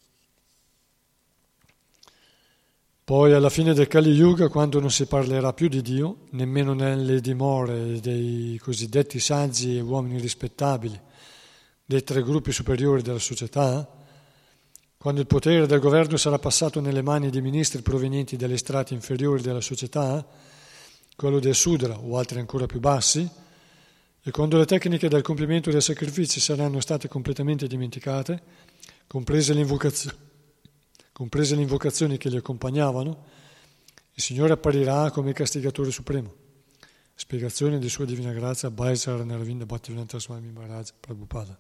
Poi alla fine del Kali Yuga, quando non si parlerà più di Dio, nemmeno nelle dimore dei cosiddetti saggi e uomini rispettabili, dei tre gruppi superiori della società, quando il potere del governo sarà passato nelle mani di ministri provenienti dagli strati inferiori della società, quello del Sudra o altri ancora più bassi, e quando le tecniche del compimento dei sacrifici saranno state completamente dimenticate, comprese le invocazioni, comprese le invocazioni che li accompagnavano, il Signore apparirà come il castigatore supremo. Spiegazione di Sua Divina Grazia, Bhaisara Naravinda Bhaktivedanta Swami Maharaj Prabhupada.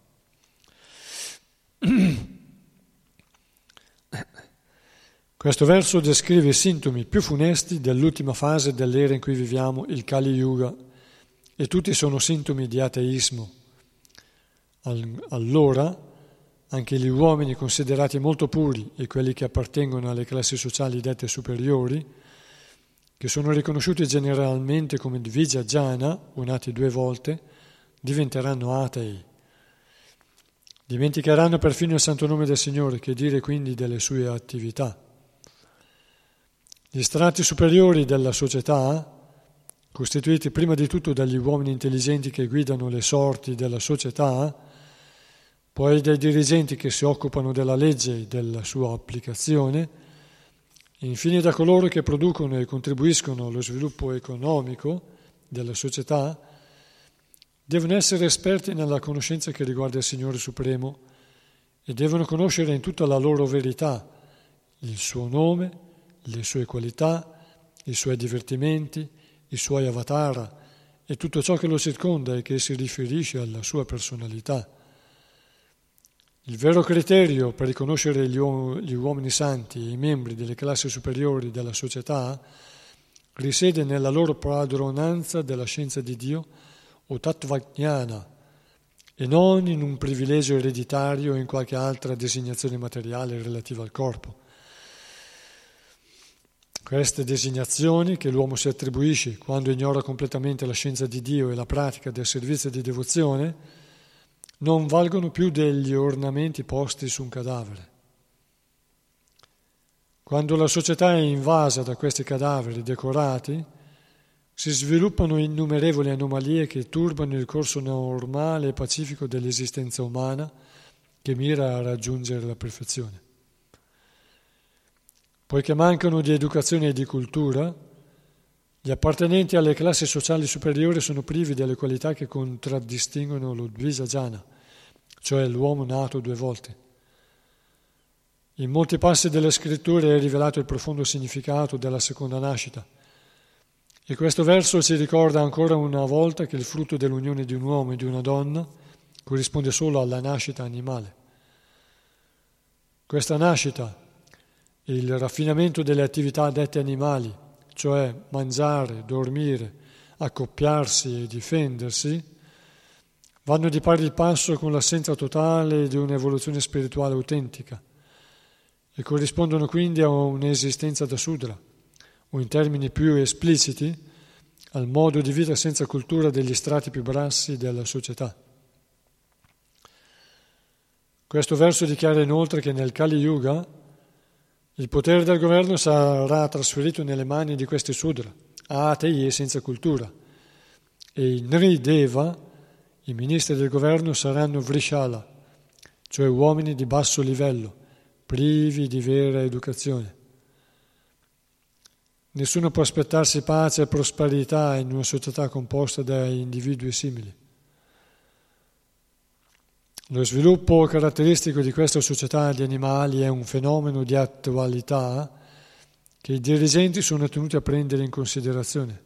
Questo verso descrive i sintomi più funesti dell'ultima fase dell'era in cui viviamo, il Kali Yuga, e tutti sono sintomi di ateismo. Allora, anche gli uomini considerati molto puri e quelli che appartengono alle classi sociali dette superiori, che sono riconosciuti generalmente come Dvija Jana, o nati due volte, diventeranno atei. Dimenticheranno perfino il santo nome del Signore, che dire quindi delle sue attività. Gli strati superiori della società, costituiti prima di tutto dagli uomini intelligenti che guidano le sorti della società, poi dai dirigenti che si occupano della legge e della sua applicazione, e infine da coloro che producono e contribuiscono allo sviluppo economico della società, devono essere esperti nella conoscenza che riguarda il Signore Supremo e devono conoscere in tutta la loro verità il suo nome, le sue qualità, i suoi divertimenti, i suoi avatara e tutto ciò che lo circonda e che si riferisce alla sua personalità. Il vero criterio per riconoscere gli, uom- gli uomini santi e i membri delle classi superiori della società risiede nella loro padronanza della scienza di Dio o tattvajnana e non in un privilegio ereditario o in qualche altra designazione materiale relativa al corpo. Queste designazioni che l'uomo si attribuisce quando ignora completamente la scienza di Dio e la pratica del servizio di devozione non valgono più degli ornamenti posti su un cadavere. Quando la società è invasa da questi cadaveri decorati, si sviluppano innumerevoli anomalie che turbano il corso normale e pacifico dell'esistenza umana che mira a raggiungere la perfezione. Poiché mancano di educazione e di cultura, gli appartenenti alle classi sociali superiori sono privi delle qualità che contraddistinguono lo Dvija Jana, cioè l'uomo nato due volte. In molti passi delle scritture è rivelato il profondo significato della seconda nascita, e questo verso ci ricorda ancora una volta che il frutto dell'unione di un uomo e di una donna corrisponde solo alla nascita animale. Questa nascita e il raffinamento delle attività dette animali, cioè mangiare, dormire, accoppiarsi e difendersi, vanno di pari passo con l'assenza totale di un'evoluzione spirituale autentica e corrispondono quindi a un'esistenza da Sudra o in termini più espliciti, al modo di vita senza cultura degli strati più bassi della società. Questo verso dichiara inoltre che nel Kali Yuga il potere del governo sarà trasferito nelle mani di questi Sudra, atei senza cultura, e i Nrideva, i ministri del governo, saranno Vrishala, cioè uomini di basso livello, privi di vera educazione. Nessuno può aspettarsi pace e prosperità in una società composta da individui simili. Lo sviluppo caratteristico di questa società di animali è un fenomeno di attualità che i dirigenti sono tenuti a prendere in considerazione.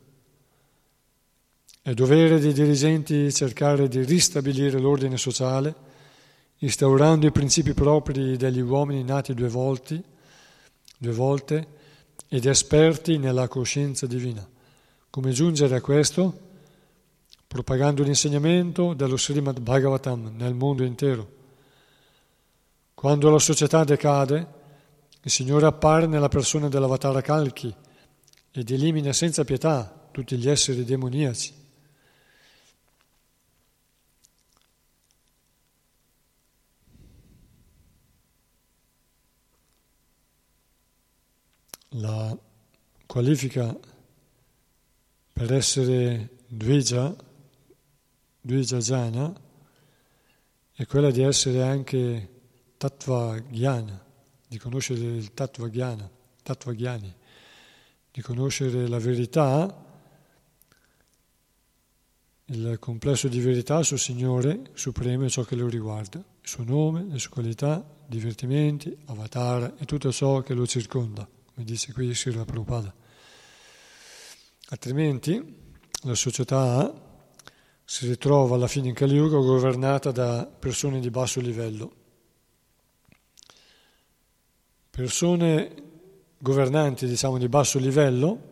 È dovere dei dirigenti cercare di ristabilire l'ordine sociale, instaurando i principi propri degli uomini nati due volte, due volte ed esperti nella coscienza divina. Come giungere a questo? Propagando l'insegnamento dello Srimad Bhagavatam nel mondo intero. Quando la società decade, il Signore appare nella persona dell'Avatara Kalki ed elimina senza pietà tutti gli esseri demoniaci. La qualifica per essere Dvija, Dvija Jana, è quella di essere anche Tattva Jnana, di conoscere il Tattva Jnana, Tattva Jnani, di conoscere la verità, il complesso di verità sul Signore Supremo e ciò che lo riguarda, il suo nome, le sue qualità, divertimenti, avatara e tutto ciò che lo circonda, come dice qui Srila Prabhupada. Altrimenti la società si ritrova alla fine in Kali Yuga governata da persone di basso livello. Persone governanti, diciamo, di basso livello,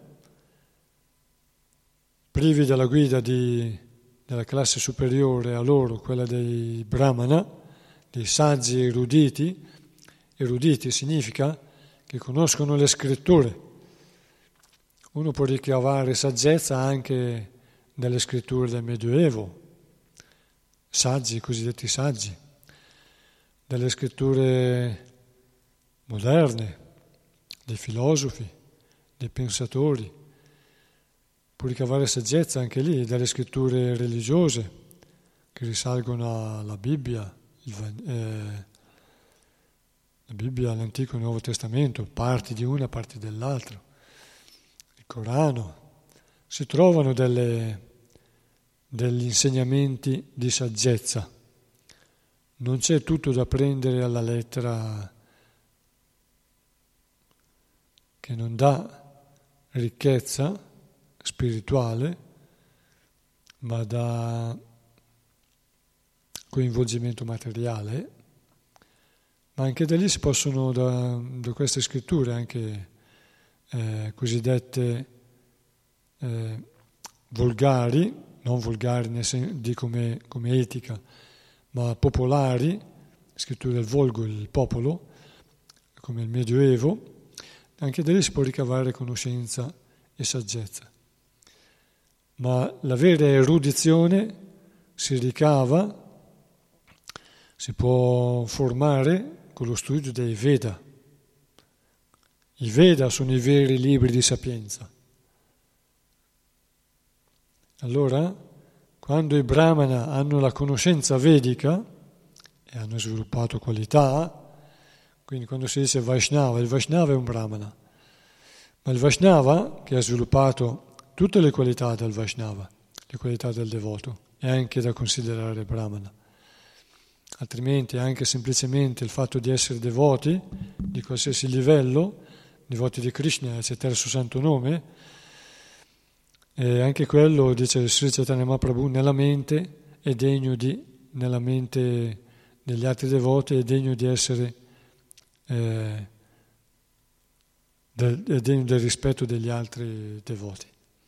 privi della guida di, della classe superiore a loro, quella dei brahmana, dei saggi eruditi. Eruditi significa che conoscono le scritture. Uno può ricavare saggezza anche dalle scritture del Medioevo, saggi, cosiddetti saggi, dalle scritture moderne, dei filosofi, dei pensatori. Può ricavare saggezza anche lì dalle scritture religiose che risalgono alla Bibbia, il, eh, la Bibbia, l'Antico e il Nuovo Testamento, parti di una, parti dell'altra, il Corano. Si trovano delle, degli insegnamenti di saggezza. Non c'è tutto da prendere alla lettera, che non dà ricchezza spirituale, ma dà coinvolgimento materiale. Ma anche da lì si possono, da, da queste scritture, anche eh, cosiddette eh, volgari, non volgari nel sen- di come, come etica, ma popolari, scritture del volgo, il popolo, come il Medioevo, anche da lì si può ricavare conoscenza e saggezza. Ma la vera erudizione si ricava, si può formare con lo studio dei Veda. I Veda sono i veri libri di sapienza. Allora, quando i Brahmana hanno la conoscenza vedica e hanno sviluppato qualità, quindi quando si dice Vaishnava, il Vaishnava è un Brahmana, ma il Vaishnava che ha sviluppato tutte le qualità del Vaishnava, le qualità del devoto, è anche da considerare Brahmana. Altrimenti anche semplicemente il fatto di essere devoti di qualsiasi livello, devoti di Krishna, eccetera, il suo santo nome, e anche quello, dice Sri Chaitanya Mahaprabhu, nella mente è degno di, nella mente degli altri devoti è degno di essere, eh, del, è degno del rispetto degli altri devoti.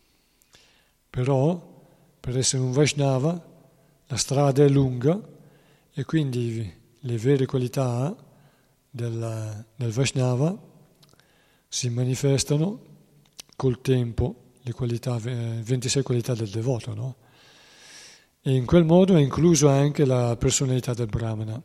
Però per essere un Vaishnava la strada è lunga e quindi le vere qualità del, del Vaishnava si manifestano col tempo le qualità, ventisei qualità del devoto, no? E in quel modo è incluso anche la personalità del Brahmana.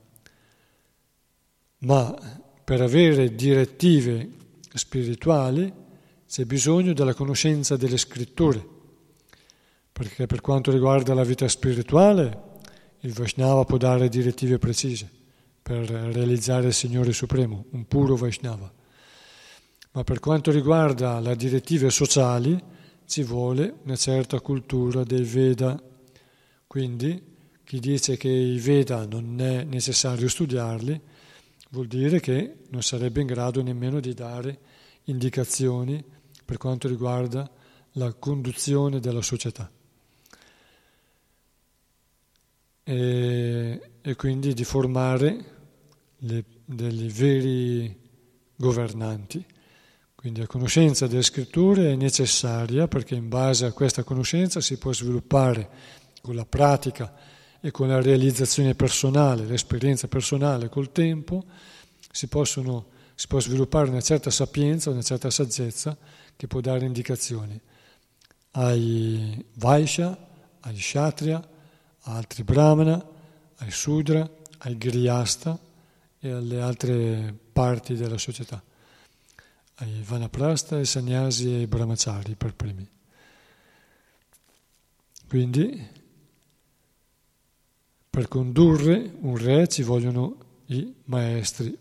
Ma per avere direttive spirituali c'è bisogno della conoscenza delle scritture, perché per quanto riguarda la vita spirituale il Vaishnava può dare direttive precise per realizzare il Signore Supremo, un puro Vaishnava. Ma per quanto riguarda le direttive sociali ci vuole una certa cultura dei Veda. Quindi chi dice che i Veda non è necessario studiarli vuol dire che non sarebbe in grado nemmeno di dare indicazioni per quanto riguarda la conduzione della società e, e quindi di formare le, dei veri governanti. Quindi la conoscenza delle scritture è necessaria perché in base a questa conoscenza si può sviluppare con la pratica e con la realizzazione personale, l'esperienza personale col tempo, si, possono, si può sviluppare una certa sapienza, una certa saggezza che può dare indicazioni ai Vaishya, ai Kshatriya, a altri Brahmana, ai Sudra, ai Grihasta e alle altre parti della società, ai Vanaprastha, ai Sannyasi e ai Brahmachari per primi. Quindi per condurre un re ci vogliono i maestri.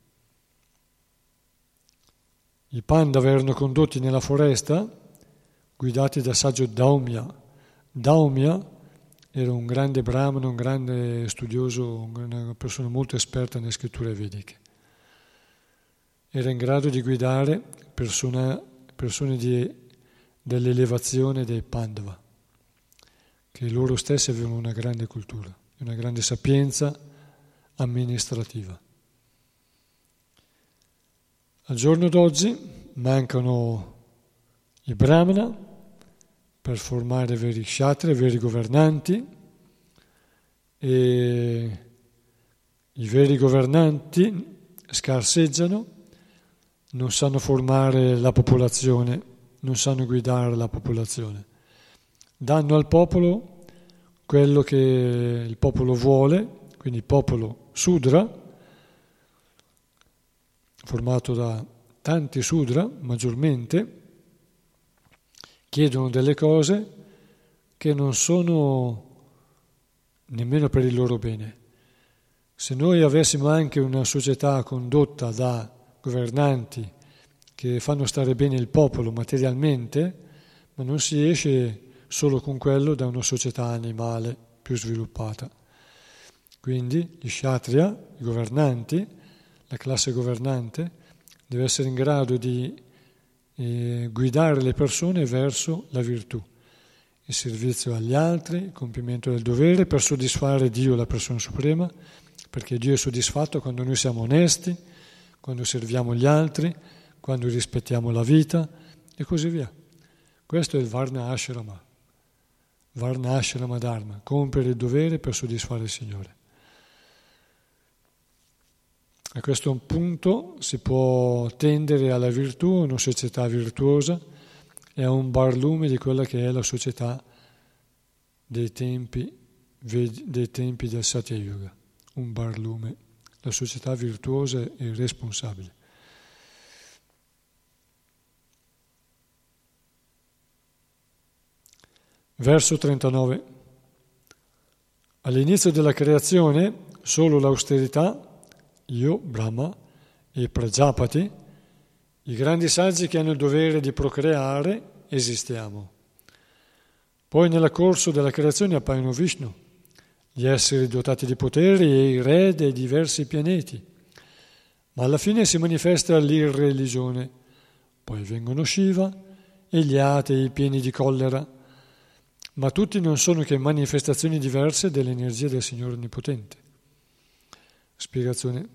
I Pandava erano condotti nella foresta guidati da saggio Daumya. Daumya era un grande brahmana, un grande studioso, una persona molto esperta nelle scritture vediche. Era in grado di guidare persona, persone di, dell'elevazione dei Pandava, che loro stessi avevano una grande cultura, una grande sapienza amministrativa. Al giorno d'oggi mancano i Brahmana per formare veri kshatriya, veri governanti, e i veri governanti scarseggiano, non sanno formare la popolazione, non sanno guidare la popolazione. Danno al popolo quello che il popolo vuole, quindi il popolo Sudra, formato da tanti Sudra, maggiormente, chiedono delle cose che non sono nemmeno per il loro bene. Se noi avessimo anche una società condotta da governanti che fanno stare bene il popolo materialmente, ma non si esce solo con quello da una società animale più sviluppata. Quindi gli kshatriya, i governanti, la classe governante, deve essere in grado di eh, guidare le persone verso la virtù, il servizio agli altri, il compimento del dovere per soddisfare Dio, la persona suprema, perché Dio è soddisfatto quando noi siamo onesti, quando serviamo gli altri, quando rispettiamo la vita e così via. Questo è il Varna Ashrama, Varna Ashrama Dharma, compiere il dovere per soddisfare il Signore. A questo punto si può tendere alla virtù, una società virtuosa e a un barlume di quella che è la società dei tempi, dei tempi del Satya Yuga, un barlume, la società virtuosa e responsabile. Verso trentanove. All'inizio della creazione solo l'austerità, io, Brahma, e Prajapati, i grandi saggi che hanno il dovere di procreare, esistiamo. Poi nel corso della creazione appaiono Vishnu, gli esseri dotati di poteri e i re dei diversi pianeti, ma alla fine si manifesta l'irreligione. Poi vengono Shiva e gli atei pieni di collera, ma tutti non sono che manifestazioni diverse dell'energia del Signore Onnipotente. Spiegazione.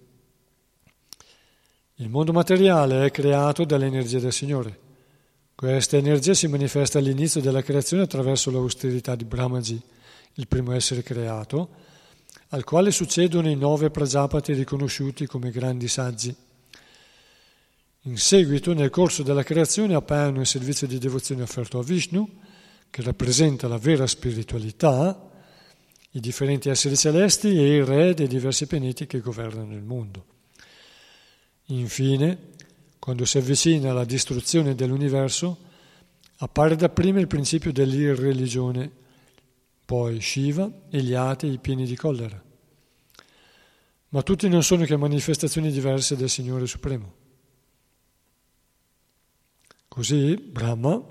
Il mondo materiale è creato dall'energia del Signore. Questa energia si manifesta all'inizio della creazione attraverso l'austerità di Brahmaji, il primo essere creato, al quale succedono i nove Prajapati riconosciuti come grandi saggi. In seguito, nel corso della creazione, appaiono il servizio di devozione offerto a Vishnu, che rappresenta la vera spiritualità, i differenti esseri celesti e i re dei diversi pianeti che governano il mondo. Infine, quando si avvicina alla distruzione dell'universo, appare dapprima il principio dell'irreligione, poi Shiva e gli atei pieni di collera. Ma tutti non sono che manifestazioni diverse del Signore Supremo. Così Brahma,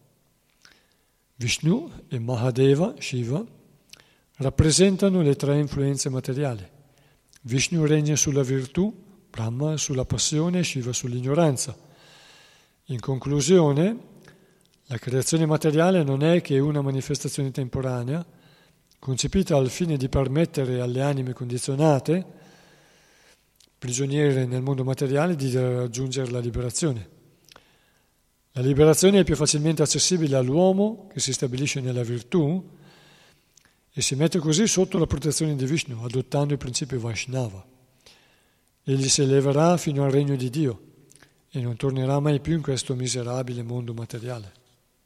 Vishnu e Mahadeva, Shiva, rappresentano le tre influenze materiali. Vishnu regna sulla virtù, Brahma sulla passione e Shiva sull'ignoranza. In conclusione, la creazione materiale non è che una manifestazione temporanea, concepita al fine di permettere alle anime condizionate, prigioniere nel mondo materiale, di raggiungere la liberazione. La liberazione è più facilmente accessibile all'uomo che si stabilisce nella virtù e si mette così sotto la protezione di Vishnu, adottando il principio Vaishnava. Egli si eleverà fino al regno di Dio e non tornerà mai più in questo miserabile mondo materiale.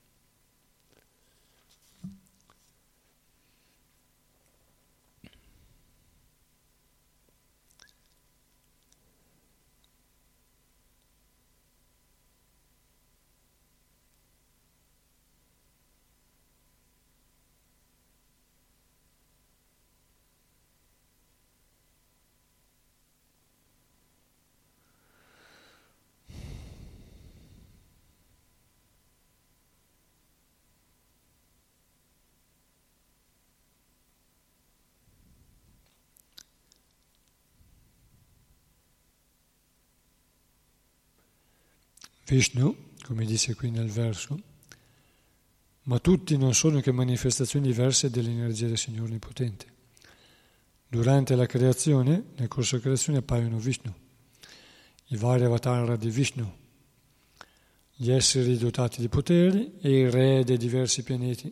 Vishnu, come dice qui nel verso, ma tutti non sono che manifestazioni diverse dell'energia del Signore Onnipotente. Durante la creazione, nel corso della creazione appaiono Vishnu, i vari avatar di Vishnu, gli esseri dotati di poteri e i re dei diversi pianeti.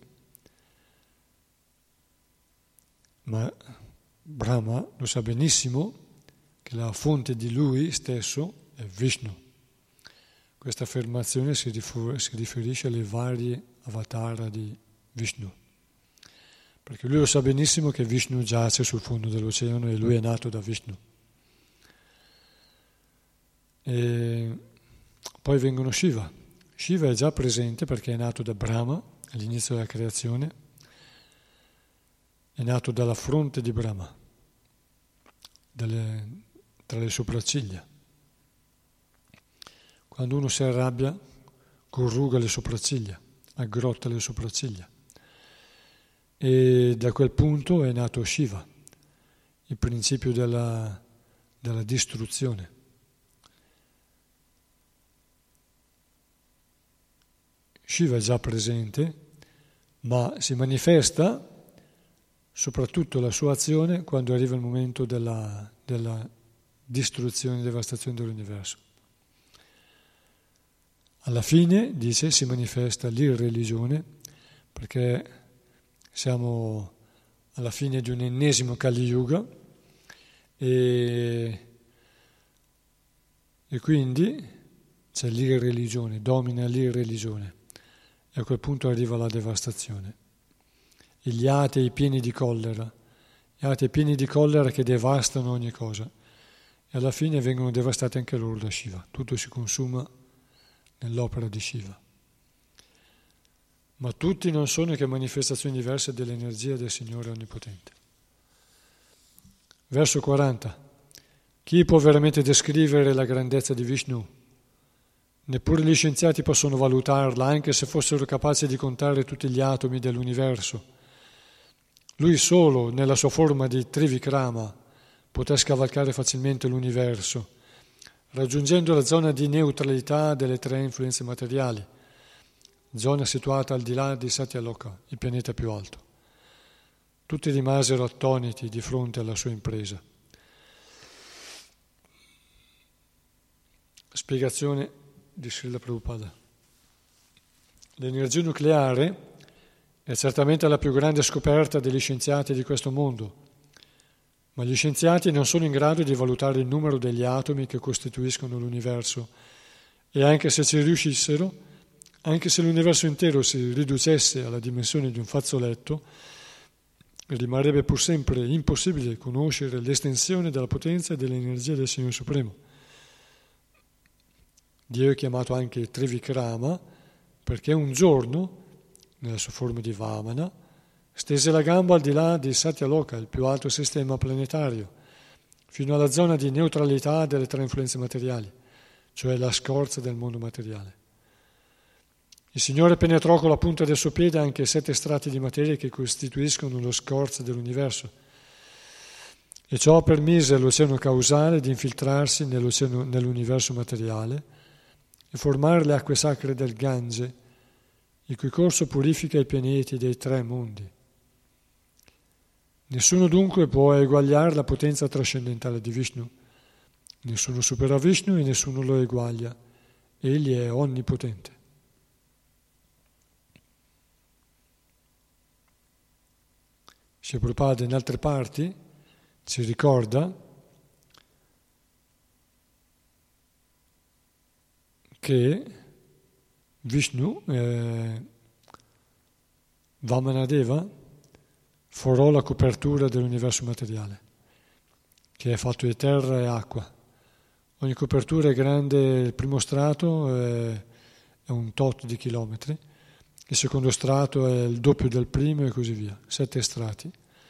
Ma Brahma lo sa benissimo che la fonte di lui stesso è Vishnu. Questa affermazione si, rifur- si riferisce alle varie avatar di Vishnu, perché lui lo sa benissimo che Vishnu giace sul fondo dell'oceano e lui è nato da Vishnu. E poi vengono Shiva. Shiva è già presente perché è nato da Brahma all'inizio della creazione, è nato dalla fronte di Brahma, dalle, tra le sopracciglia. Quando uno si arrabbia, corruga le sopracciglia, aggrotta le sopracciglia. E da quel punto è nato Shiva, il principio della, della distruzione. Shiva è già presente, ma si manifesta soprattutto la sua azione quando arriva il momento della, della distruzione e devastazione dell'universo. Alla fine, dice, si manifesta l'irreligione, perché siamo alla fine di un ennesimo Kali Yuga e, e quindi c'è l'irreligione, domina l'irreligione e a quel punto arriva la devastazione. E gli atei pieni di collera, gli atei pieni di collera che devastano ogni cosa e alla fine vengono devastati anche loro da Shiva, tutto si consuma nell'opera di Shiva. Ma tutti non sono che manifestazioni diverse dell'energia del Signore Onnipotente. Verso quaranta. Chi può veramente descrivere la grandezza di Vishnu? Neppure gli scienziati possono valutarla, anche se fossero capaci di contare tutti gli atomi dell'universo. Lui solo, nella sua forma di Trivikrama, poté scavalcare facilmente l'universo, raggiungendo la zona di neutralità delle tre influenze materiali, zona situata al di là di Satyaloka, il pianeta più alto. Tutti rimasero attoniti di fronte alla sua impresa. Spiegazione di Srila Prabhupada. L'energia nucleare è certamente la più grande scoperta degli scienziati di questo mondo, ma gli scienziati non sono in grado di valutare il numero degli atomi che costituiscono l'universo E anche se ci riuscissero, anche se l'universo intero si riducesse alla dimensione di un fazzoletto, rimarrebbe pur sempre impossibile conoscere l'estensione della potenza e dell'energia del Signore Supremo. Dio è chiamato anche Trivikrama perché un giorno, nella sua forma di Vamana, stese la gamba al di là di Satyaloka, il più alto sistema planetario, fino alla zona di neutralità delle tre influenze materiali, cioè la scorza del mondo materiale. Il Signore penetrò con la punta del suo piede anche i sette strati di materia che costituiscono lo scorzo dell'universo, e ciò permise all'oceano causale di infiltrarsi nell'oceano, nell'universo materiale e formare le acque sacre del Gange, il cui corso purifica i pianeti dei tre mondi. Nessuno dunque può eguagliare la potenza trascendentale di Vishnu, nessuno supera Vishnu e nessuno lo eguaglia, egli è onnipotente. Srila Prabhupada in altre parti ci ricorda che Vishnu, eh, Vamanadeva, forò la copertura dell'universo materiale, che è fatto di terra e acqua. Ogni copertura è grande, il primo strato è, è un tot di chilometri, il secondo strato è il doppio del primo e così via, sette strati.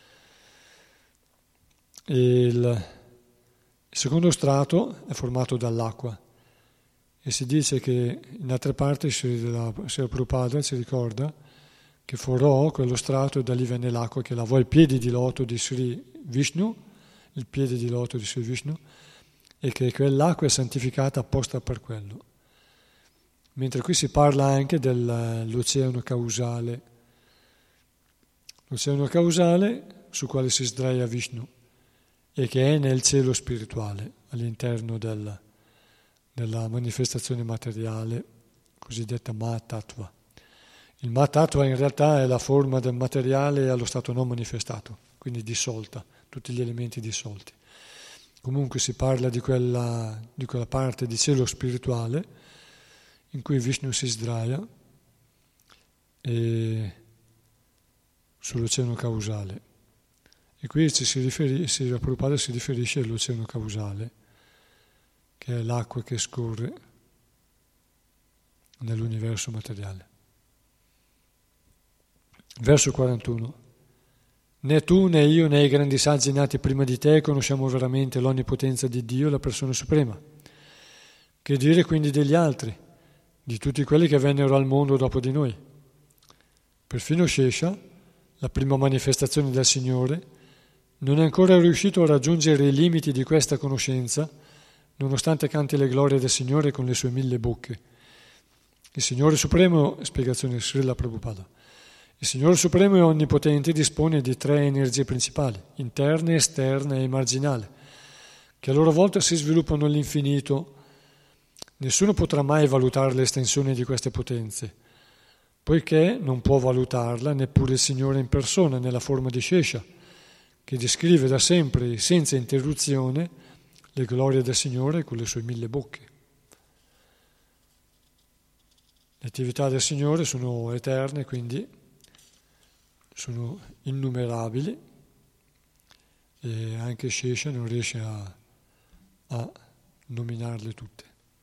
E il, il secondo strato è formato dall'acqua e si dice che in altre parti Srila Prabhupada ci ricorda che forò quello strato e da lì venne l'acqua che lavò i piedi di loto di Sri Vishnu, il piede di loto di Sri Vishnu, e che quell'acqua è santificata apposta per quello. Mentre qui si parla anche dell'oceano causale, l'oceano causale su quale si sdraia Vishnu e che è nel cielo spirituale, all'interno del, della manifestazione materiale cosiddetta Mahatattva. Il Mahatattva in realtà è la forma del materiale allo stato non manifestato, quindi dissolta, tutti gli elementi dissolti. Comunque si parla di quella, di quella parte di cielo spirituale in cui Vishnu si sdraia e sull'oceano causale. E qui ci si riferisce, Prabhupada si riferisce all'oceano causale, che è l'acqua che scorre nell'universo materiale. Verso quarantuno. Né tu né io né i grandi saggi nati prima di te conosciamo veramente l'onnipotenza di Dio, la persona suprema. Che dire quindi degli altri, di tutti quelli che vennero al mondo dopo di noi? Perfino Shesha, la prima manifestazione del Signore, non è ancora riuscito a raggiungere i limiti di questa conoscenza, nonostante canti le glorie del Signore con le sue mille bocche. Il Signore Supremo, spiegazione Srila Prabhupada, il Signore Supremo è onnipotente e dispone di tre energie principali, interna, esterna e marginale, che a loro volta si sviluppano all'infinito. Nessuno potrà mai valutare l'estensione di queste potenze, poiché non può valutarla neppure il Signore in persona, nella forma di Shesha, che descrive da sempre, senza interruzione, le glorie del Signore con le sue mille bocche. Le attività del Signore sono eterne, quindi sono innumerabili, e anche Shesha non riesce a, a nominarle tutte.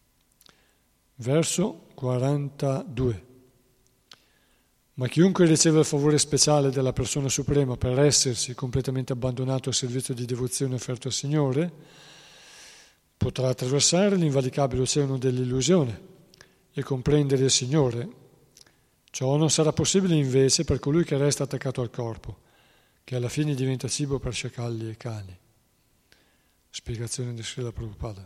Verso quarantadue. Ma chiunque riceve il favore speciale della persona suprema per essersi completamente abbandonato al servizio di devozione offerto al Signore, potrà attraversare l'invalicabile oceano dell'illusione e comprendere il Signore. Ciò non sarà possibile invece per colui che resta attaccato al corpo, che alla fine diventa cibo per sciacalli e cani. Spiegazione di Srila Prabhupada.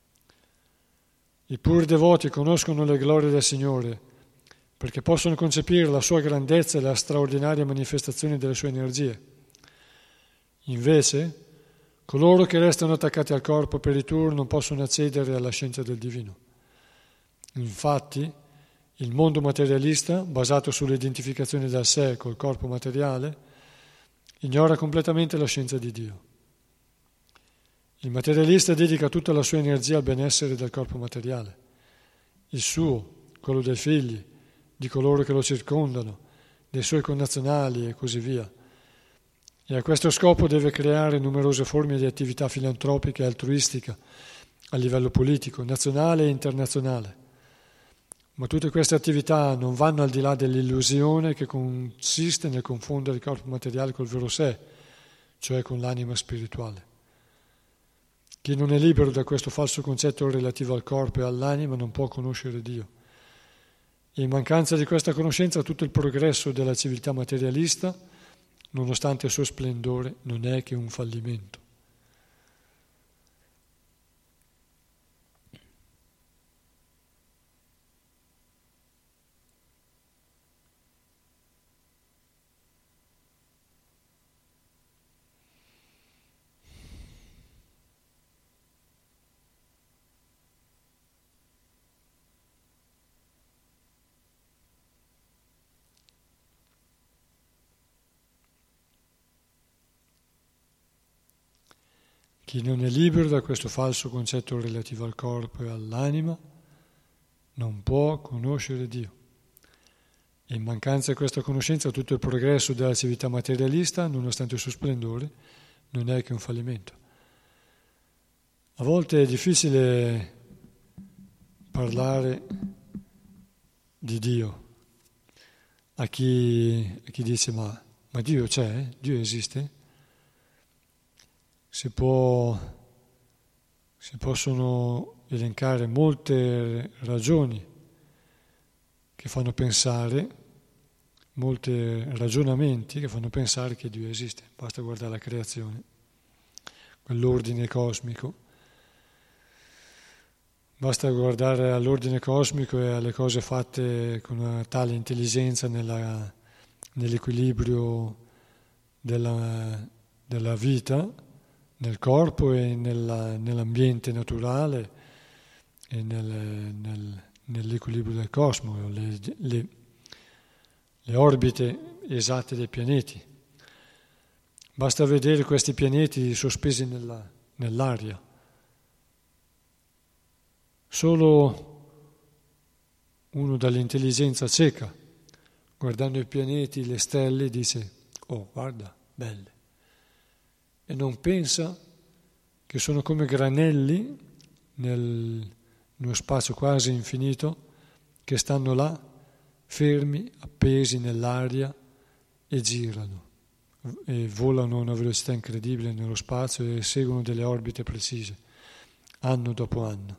I puri devoti conoscono le glorie del Signore perché possono concepire la sua grandezza e la straordinaria manifestazione delle sue energie. Invece, coloro che restano attaccati al corpo per ritorno non possono accedere alla scienza del divino. Infatti, il mondo materialista, basato sull'identificazione del sé col corpo materiale, ignora completamente la scienza di Dio. Il materialista dedica tutta la sua energia al benessere del corpo materiale. il suo, quello dei figli, di coloro che lo circondano, dei suoi connazionali e così via. E a questo scopo deve creare numerose forme di attività filantropica e altruistica a livello politico, nazionale e internazionale. Ma tutte queste attività non vanno al di là dell'illusione che consiste nel confondere il corpo materiale col vero sé, cioè con l'anima spirituale. Chi non è libero da questo falso concetto relativo al corpo e all'anima non può conoscere Dio. E in mancanza di questa conoscenza tutto il progresso della civiltà materialista, nonostante il suo splendore, non è che un fallimento. Chi non è libero da questo falso concetto relativo al corpo e all'anima non può conoscere Dio. E in mancanza di questa conoscenza tutto il progresso della civiltà materialista, nonostante il suo splendore, non è che un fallimento. A volte è difficile parlare di Dio a chi, a chi dice ma, ma Dio c'è? Dio esiste? Si può, si possono elencare molte ragioni che fanno pensare, molti ragionamenti che fanno pensare che Dio esiste. Basta guardare la creazione, quell'ordine cosmico. Basta guardare all'ordine cosmico e alle cose fatte con una tale intelligenza nella, nell'equilibrio della, della vita, nel corpo e nella, nell'ambiente naturale e nel, nel, nell'equilibrio del cosmo, le, le, le orbite esatte dei pianeti. Basta vedere questi pianeti sospesi nella, nell'aria. Solo uno dall'intelligenza cieca, guardando i pianeti, le stelle, dice, oh, guarda, belle. E non pensa che sono come granelli nel, nello spazio quasi infinito, che stanno là, fermi, appesi nell'aria e girano, e volano a una velocità incredibile nello spazio e seguono delle orbite precise, anno dopo anno.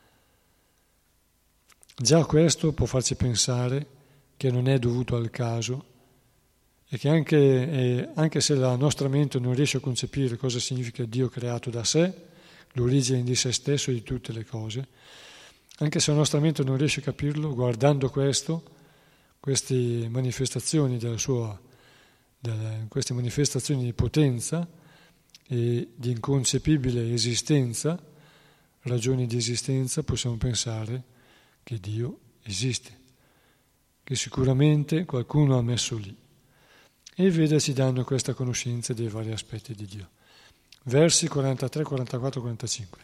Già questo può farci pensare che non è dovuto al caso e che anche, eh, anche se la nostra mente non riesce a concepire cosa significa Dio creato da sé, l'origine di se stesso e di tutte le cose, anche se la nostra mente non riesce a capirlo, guardando questo, queste manifestazioni della sua, delle, queste manifestazioni di potenza e di inconcepibile esistenza, ragioni di esistenza, possiamo pensare che Dio esiste, che sicuramente qualcuno ha messo lì. E i Veda ci danno questa conoscenza dei vari aspetti di Dio. Versi quarantatré, quarantaquattro, quarantacinque.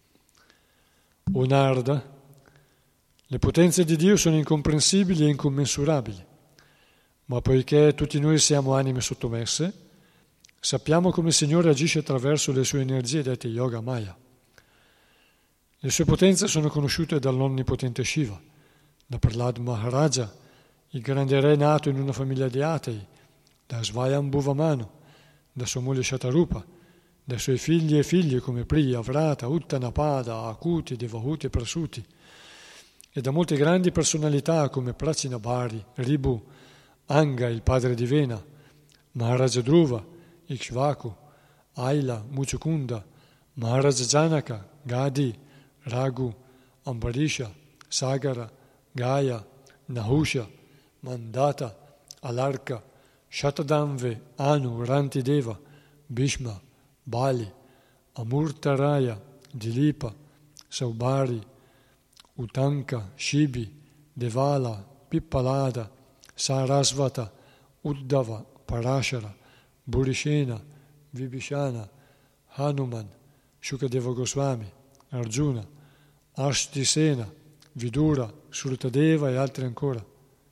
O Narda, le potenze di Dio sono incomprensibili e incommensurabili, ma poiché tutti noi siamo anime sottomesse, sappiamo come il Signore agisce attraverso le sue energie dette Yoga Maya. Le sue potenze sono conosciute dall'onnipotente Shiva, da Prahlad Maharaja, il grande re nato in una famiglia di atei, da Svayambhuva Manu, da sua moglie Shatarupa, dai suoi figli e figlie come Priya, Vrata, Uttanapada, Akuti, Devahuti e Prasuti, e da molte grandi personalità come Prachinabhari, Ribu, Anga, il padre di Vena, Maharaja Dhruva, Ikshvaku, Aila, Muchukunda, Maharaja Janaka, Gadi, Raghu, Ambarisha, Sagara, Gaya, Nahusha, Mandata, Alarka, Shatadamve, Anu, Rantideva, Bhishma, Bali, Amurtaraya, Dilipa, Saubari, Utanka, Shibi, Devala, Pippalada, Sarasvata, Uddhava, Parashara, Burishena, Vibhishana, Hanuman, Shukadeva Goswami, Arjuna, Ashtisena, Vidura, Srutadeva e altri ancora.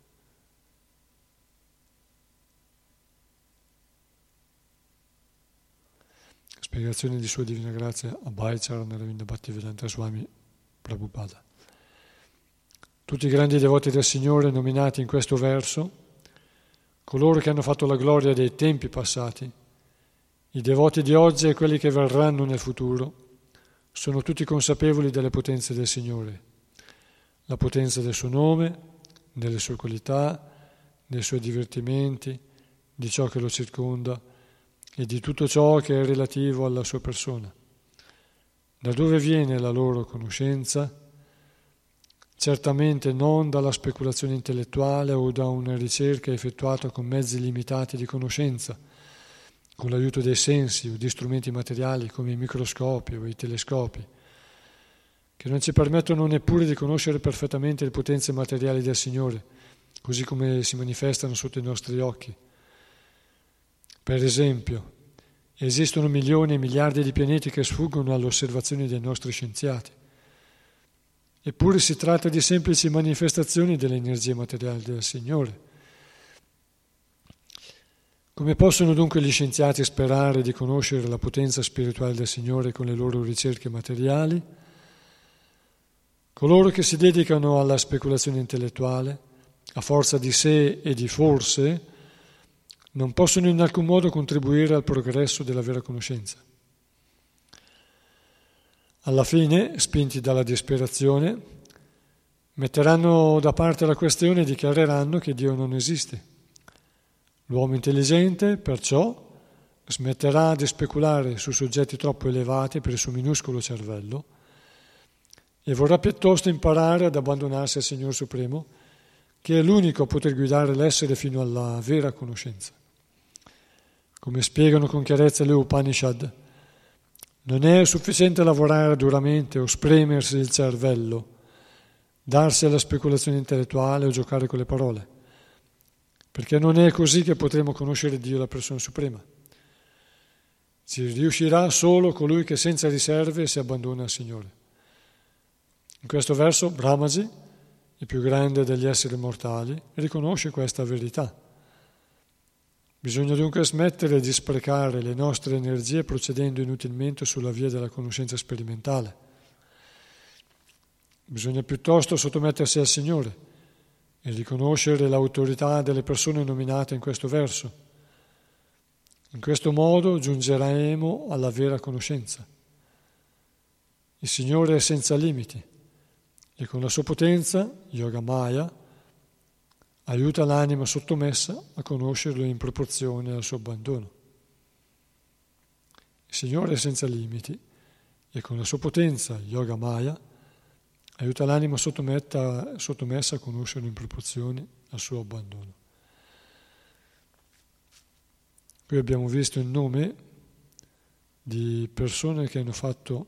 Spiegazione di Sua Divina Grazia Abhay Charanaravinda Bhaktivedanta Swami Prabhupada. Tutti i grandi devoti del Signore nominati in questo verso, coloro che hanno fatto la gloria dei tempi passati, i devoti di oggi e quelli che verranno nel futuro, sono tutti consapevoli delle potenze del Signore, la potenza del suo nome, delle sue qualità, dei suoi divertimenti, di ciò che lo circonda e di tutto ciò che è relativo alla sua persona. Da dove viene la loro conoscenza? Certamente non dalla speculazione intellettuale o da una ricerca effettuata con mezzi limitati di conoscenza, con l'aiuto dei sensi o di strumenti materiali come i microscopi o i telescopi, che non ci permettono neppure di conoscere perfettamente le potenze materiali del Signore, così come si manifestano sotto i nostri occhi. Per esempio, esistono milioni e miliardi di pianeti che sfuggono alle osservazioni dei nostri scienziati. Eppure si tratta di semplici manifestazioni delle energie materiali del Signore. Come possono dunque gli scienziati sperare di conoscere la potenza spirituale del Signore con le loro ricerche materiali? Coloro che si dedicano alla speculazione intellettuale, a forza di sé e di forse, non possono in alcun modo contribuire al progresso della vera conoscenza. Alla fine, spinti dalla disperazione, metteranno da parte la questione e dichiareranno che Dio non esiste. L'uomo intelligente, perciò, smetterà di speculare su soggetti troppo elevati per il suo minuscolo cervello e vorrà piuttosto imparare ad abbandonarsi al Signore Supremo, che è l'unico a poter guidare l'essere fino alla vera conoscenza. Come spiegano con chiarezza le Upanishad, non è sufficiente lavorare duramente o spremersi il cervello, darsi alla speculazione intellettuale o giocare con le parole, perché non è così che potremo conoscere Dio, la persona suprema. Ci riuscirà solo colui che senza riserve si abbandona al Signore. In questo verso Brahmaji, il più grande degli esseri mortali, riconosce questa verità. Bisogna dunque smettere di sprecare le nostre energie procedendo inutilmente sulla via della conoscenza sperimentale. Bisogna piuttosto sottomettersi al Signore e riconoscere l'autorità delle persone nominate in questo verso. In questo modo giungeremo alla vera conoscenza. Il Signore è senza limiti e con la sua potenza, Yoga Maya, aiuta l'anima sottomessa a conoscerlo in proporzione al suo abbandono. Il Signore è senza limiti e con la sua potenza, Yoga Maya, aiuta l'anima sottomessa a conoscerlo in proporzione al suo abbandono. Qui abbiamo visto il nome di persone che hanno fatto,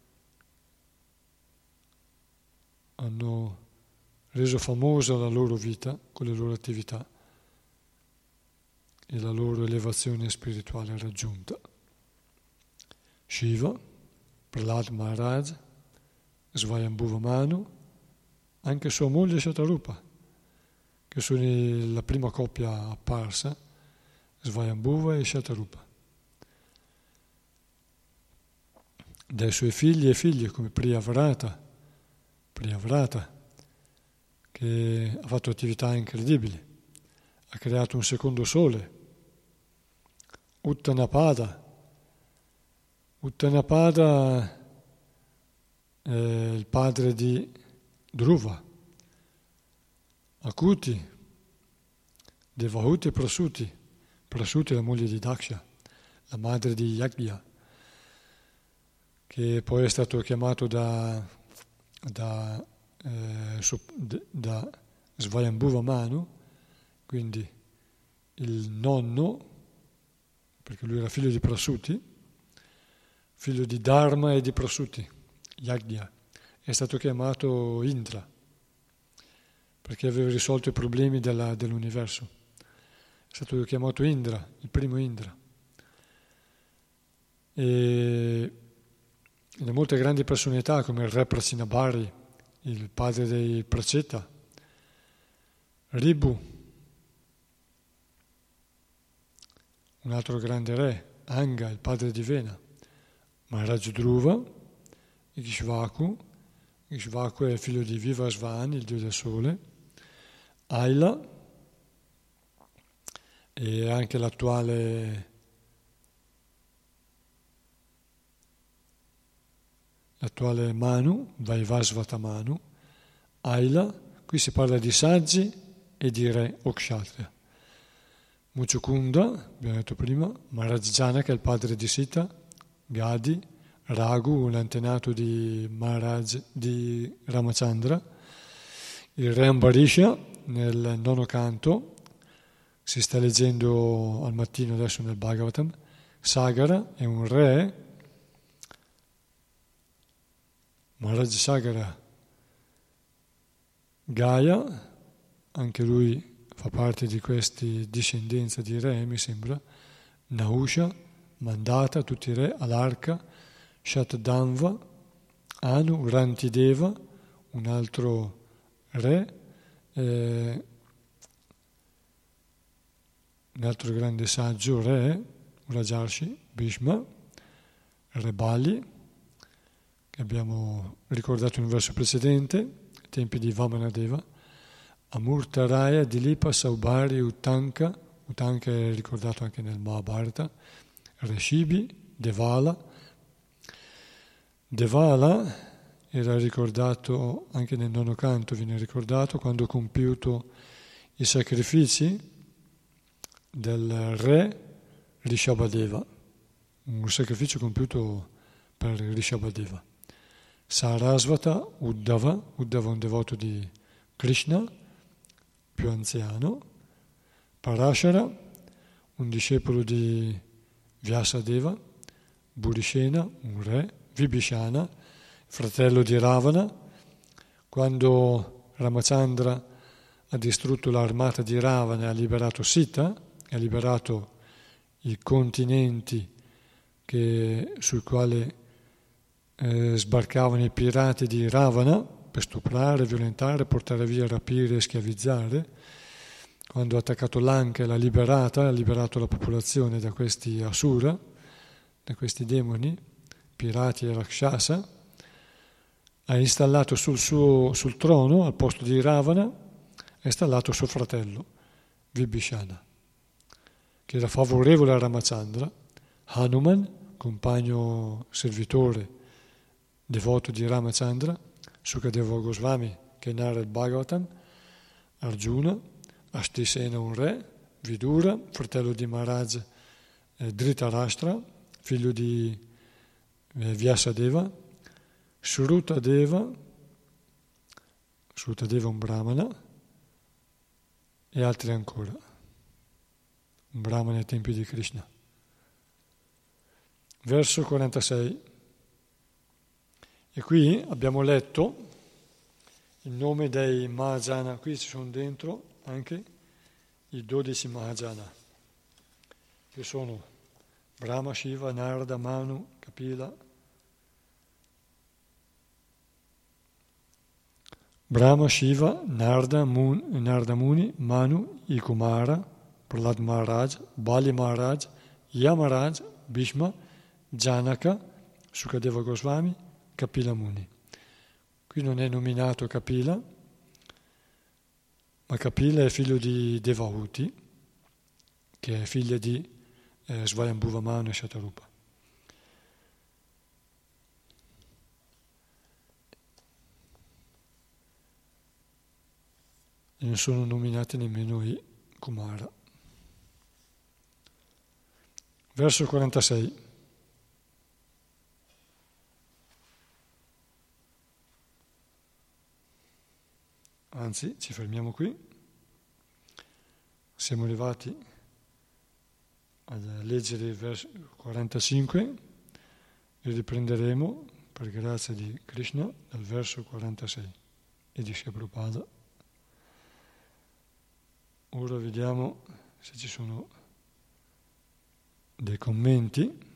hanno reso famosa la loro vita con le loro attività e la loro elevazione spirituale raggiunta. Shiva, Prahlad Maharaj, Svayambhuva Manu, anche sua moglie Shatarupa, che sono la prima coppia apparsa, Svayambhuva e Shatarupa. Dai suoi figli e figlie come Priyavrata, Priyavrata, che ha fatto attività incredibili, ha creato un secondo sole, Uttanapada. Uttanapada è il padre di Dhruva, Akuti, Devahuti e Prasuti, Prasuti è la moglie di Daksha, la madre di Yagya, che poi è stato chiamato da, da, eh, da Svayambhuva Manu, quindi il nonno, perché lui era figlio di Prasuti, figlio di Dharma e di Prasuti, Yagya, è stato chiamato Indra, perché aveva risolto i problemi della, dell'universo. È stato chiamato Indra, il primo Indra. E le molte grandi personalità come il re Prachinabhari, il padre dei Praceta, Ribu, un altro grande re, Anga, il padre di Vena, Maharaj Dhruva, Ikshvaku, Ikshvaku è figlio di Vivasvan, il dio del sole, Aila e anche l'attuale l'attuale Manu, Vaivasvata Manu, Aila, qui si parla di saggi e di re o kshatriya. Muchukunda, abbiamo detto prima, Maharaj Janaka è il padre di Sita, Gadi, Raghu, un antenato di Maharaj di Ramachandra, il re Ambarisha nel nono canto, si sta leggendo al mattino adesso nel Bhagavatam, Sagara è un re, Maharaj Sagara, Gaya, anche lui fa parte di questi discendenza di re, mi sembra, Nahusha, Mandata, tutti i re, Alarka, Shatdhanva, Anu, Rantideva, un altro re, eh, un altro grande saggio re, Rajarshi, Bhishma, Re Bali, che abbiamo ricordato in un verso precedente, ai tempi di Vamanadeva, Amurtaraya, Dilipa, Saubhari, Uttanka, Uttanka è ricordato anche nel Mahabharata, Reshibi, Devala. Devala era ricordato anche nel nono canto, viene ricordato quando ha compiuto i sacrifici del re Rishabhadeva, un sacrificio compiuto per Rishabhadeva. Sarasvata, Uddhava, Uddhava un devoto di Krishna, più anziano, Parashara, un discepolo di Vyasadeva, Burishena, un re, Vibhishana, fratello di Ravana, quando Ramachandra ha distrutto l'armata di Ravana e ha liberato Sita, ha liberato i continenti che, sui quali eh, sbarcavano i pirati di Ravana per stuprare, violentare, portare via, rapire e schiavizzare. Quando ha attaccato Lanka e l'ha liberata, ha liberato la popolazione da questi asura, da questi demoni, pirati e rakshasa, ha installato sul suo sul trono, al posto di Ravana, ha installato suo fratello, Vibhishana, che era favorevole a Ramachandra, Hanuman, compagno servitore, devoto di Ramachandra, Sukadeva Goswami, che narra il Bhagavatam, Arjuna, Ashtisena un re, Vidura, fratello di Maharaj eh, Dhritarashtra, figlio di eh, Vyasadeva, Shrutadeva, Shrutadeva un brahmana, e altri ancora, un brahmana ai tempi di Krishna. Verso quarantasei. E qui abbiamo letto il nome dei Mahajana, qui ci sono dentro anche i dodici Mahajana, che sono Brahma, Shiva, Narada, Manu, Kapila, Brahma, Shiva, Narada, Mun, Narada Muni, Manu, i Kumara, Prahlad Maharaj, Bali Maharaj, Yamaraj, Bhishma, Janaka, Sukadeva Goswami, Kapila Muni. Qui non è nominato Kapila, ma Kapila è figlio di Devahuti, che è figlia di eh, Svayambhuva Manu e Shatarupa. E non sono nominati nemmeno i Kumara. Verso quarantasei. Anzi, ci fermiamo qui. Siamo arrivati a leggere il verso quarantacinque e riprenderemo, per grazia di Krishna, dal verso quarantasei e di Srila Prabhupada. Ora vediamo se ci sono dei commenti.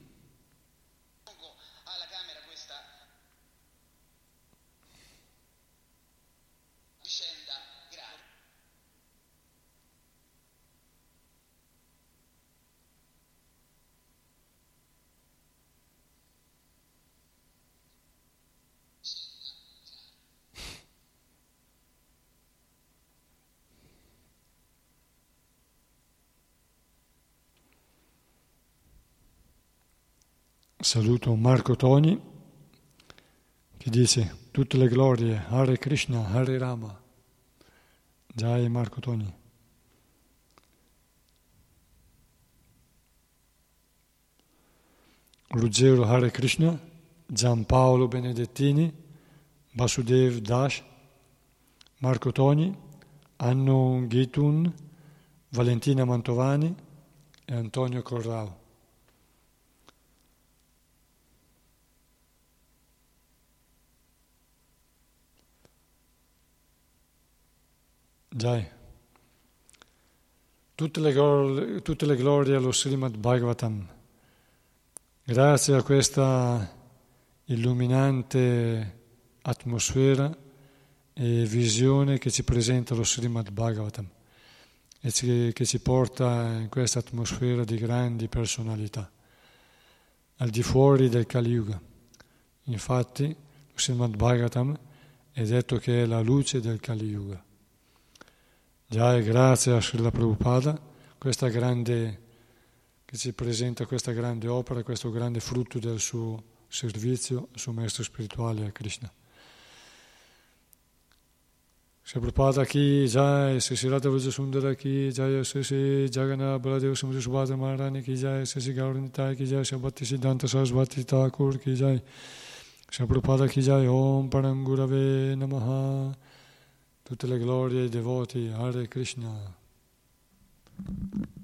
saluto Marco Toni che dice tutte le glorie, Hare Krishna, Hare Rama. Jai Marco Toni. Ruggero Hare Krishna, Giampaolo Benedettini, Vasudev Dash, Marco Toni, Anno Ghetun, Valentina Mantovani e Antonio Corrao. Jai. Tutte le, glorie, tutte le glorie allo Srimad Bhagavatam. Grazie a questa illuminante atmosfera e visione che ci presenta lo Srimad Bhagavatam e ci, che ci porta in questa atmosfera di grandi personalità, al di fuori del Kali Yuga. Infatti, lo Srimad Bhagavatam è detto che è la luce del Kali Yuga. Jai, grazie a Srila Prabhupada, questa grande, che ci presenta questa grande opera, questo grande frutto del suo servizio al suo maestro spirituale, a Krishna. Srila Prabhupada ki jai, Sri Radha Vraja Sundara ki jai, Sri Jagannath Baladev Samudra Subhadra Maharani ki jai, Sri Gauranitai ki jai, Sri Bhakti Siddhanta Sarasvati Thakur ki jai, Srila Prabhupada ki jai, Om Parangurave Namaha. Tutte le glorie ai devoti, Hare Krishna.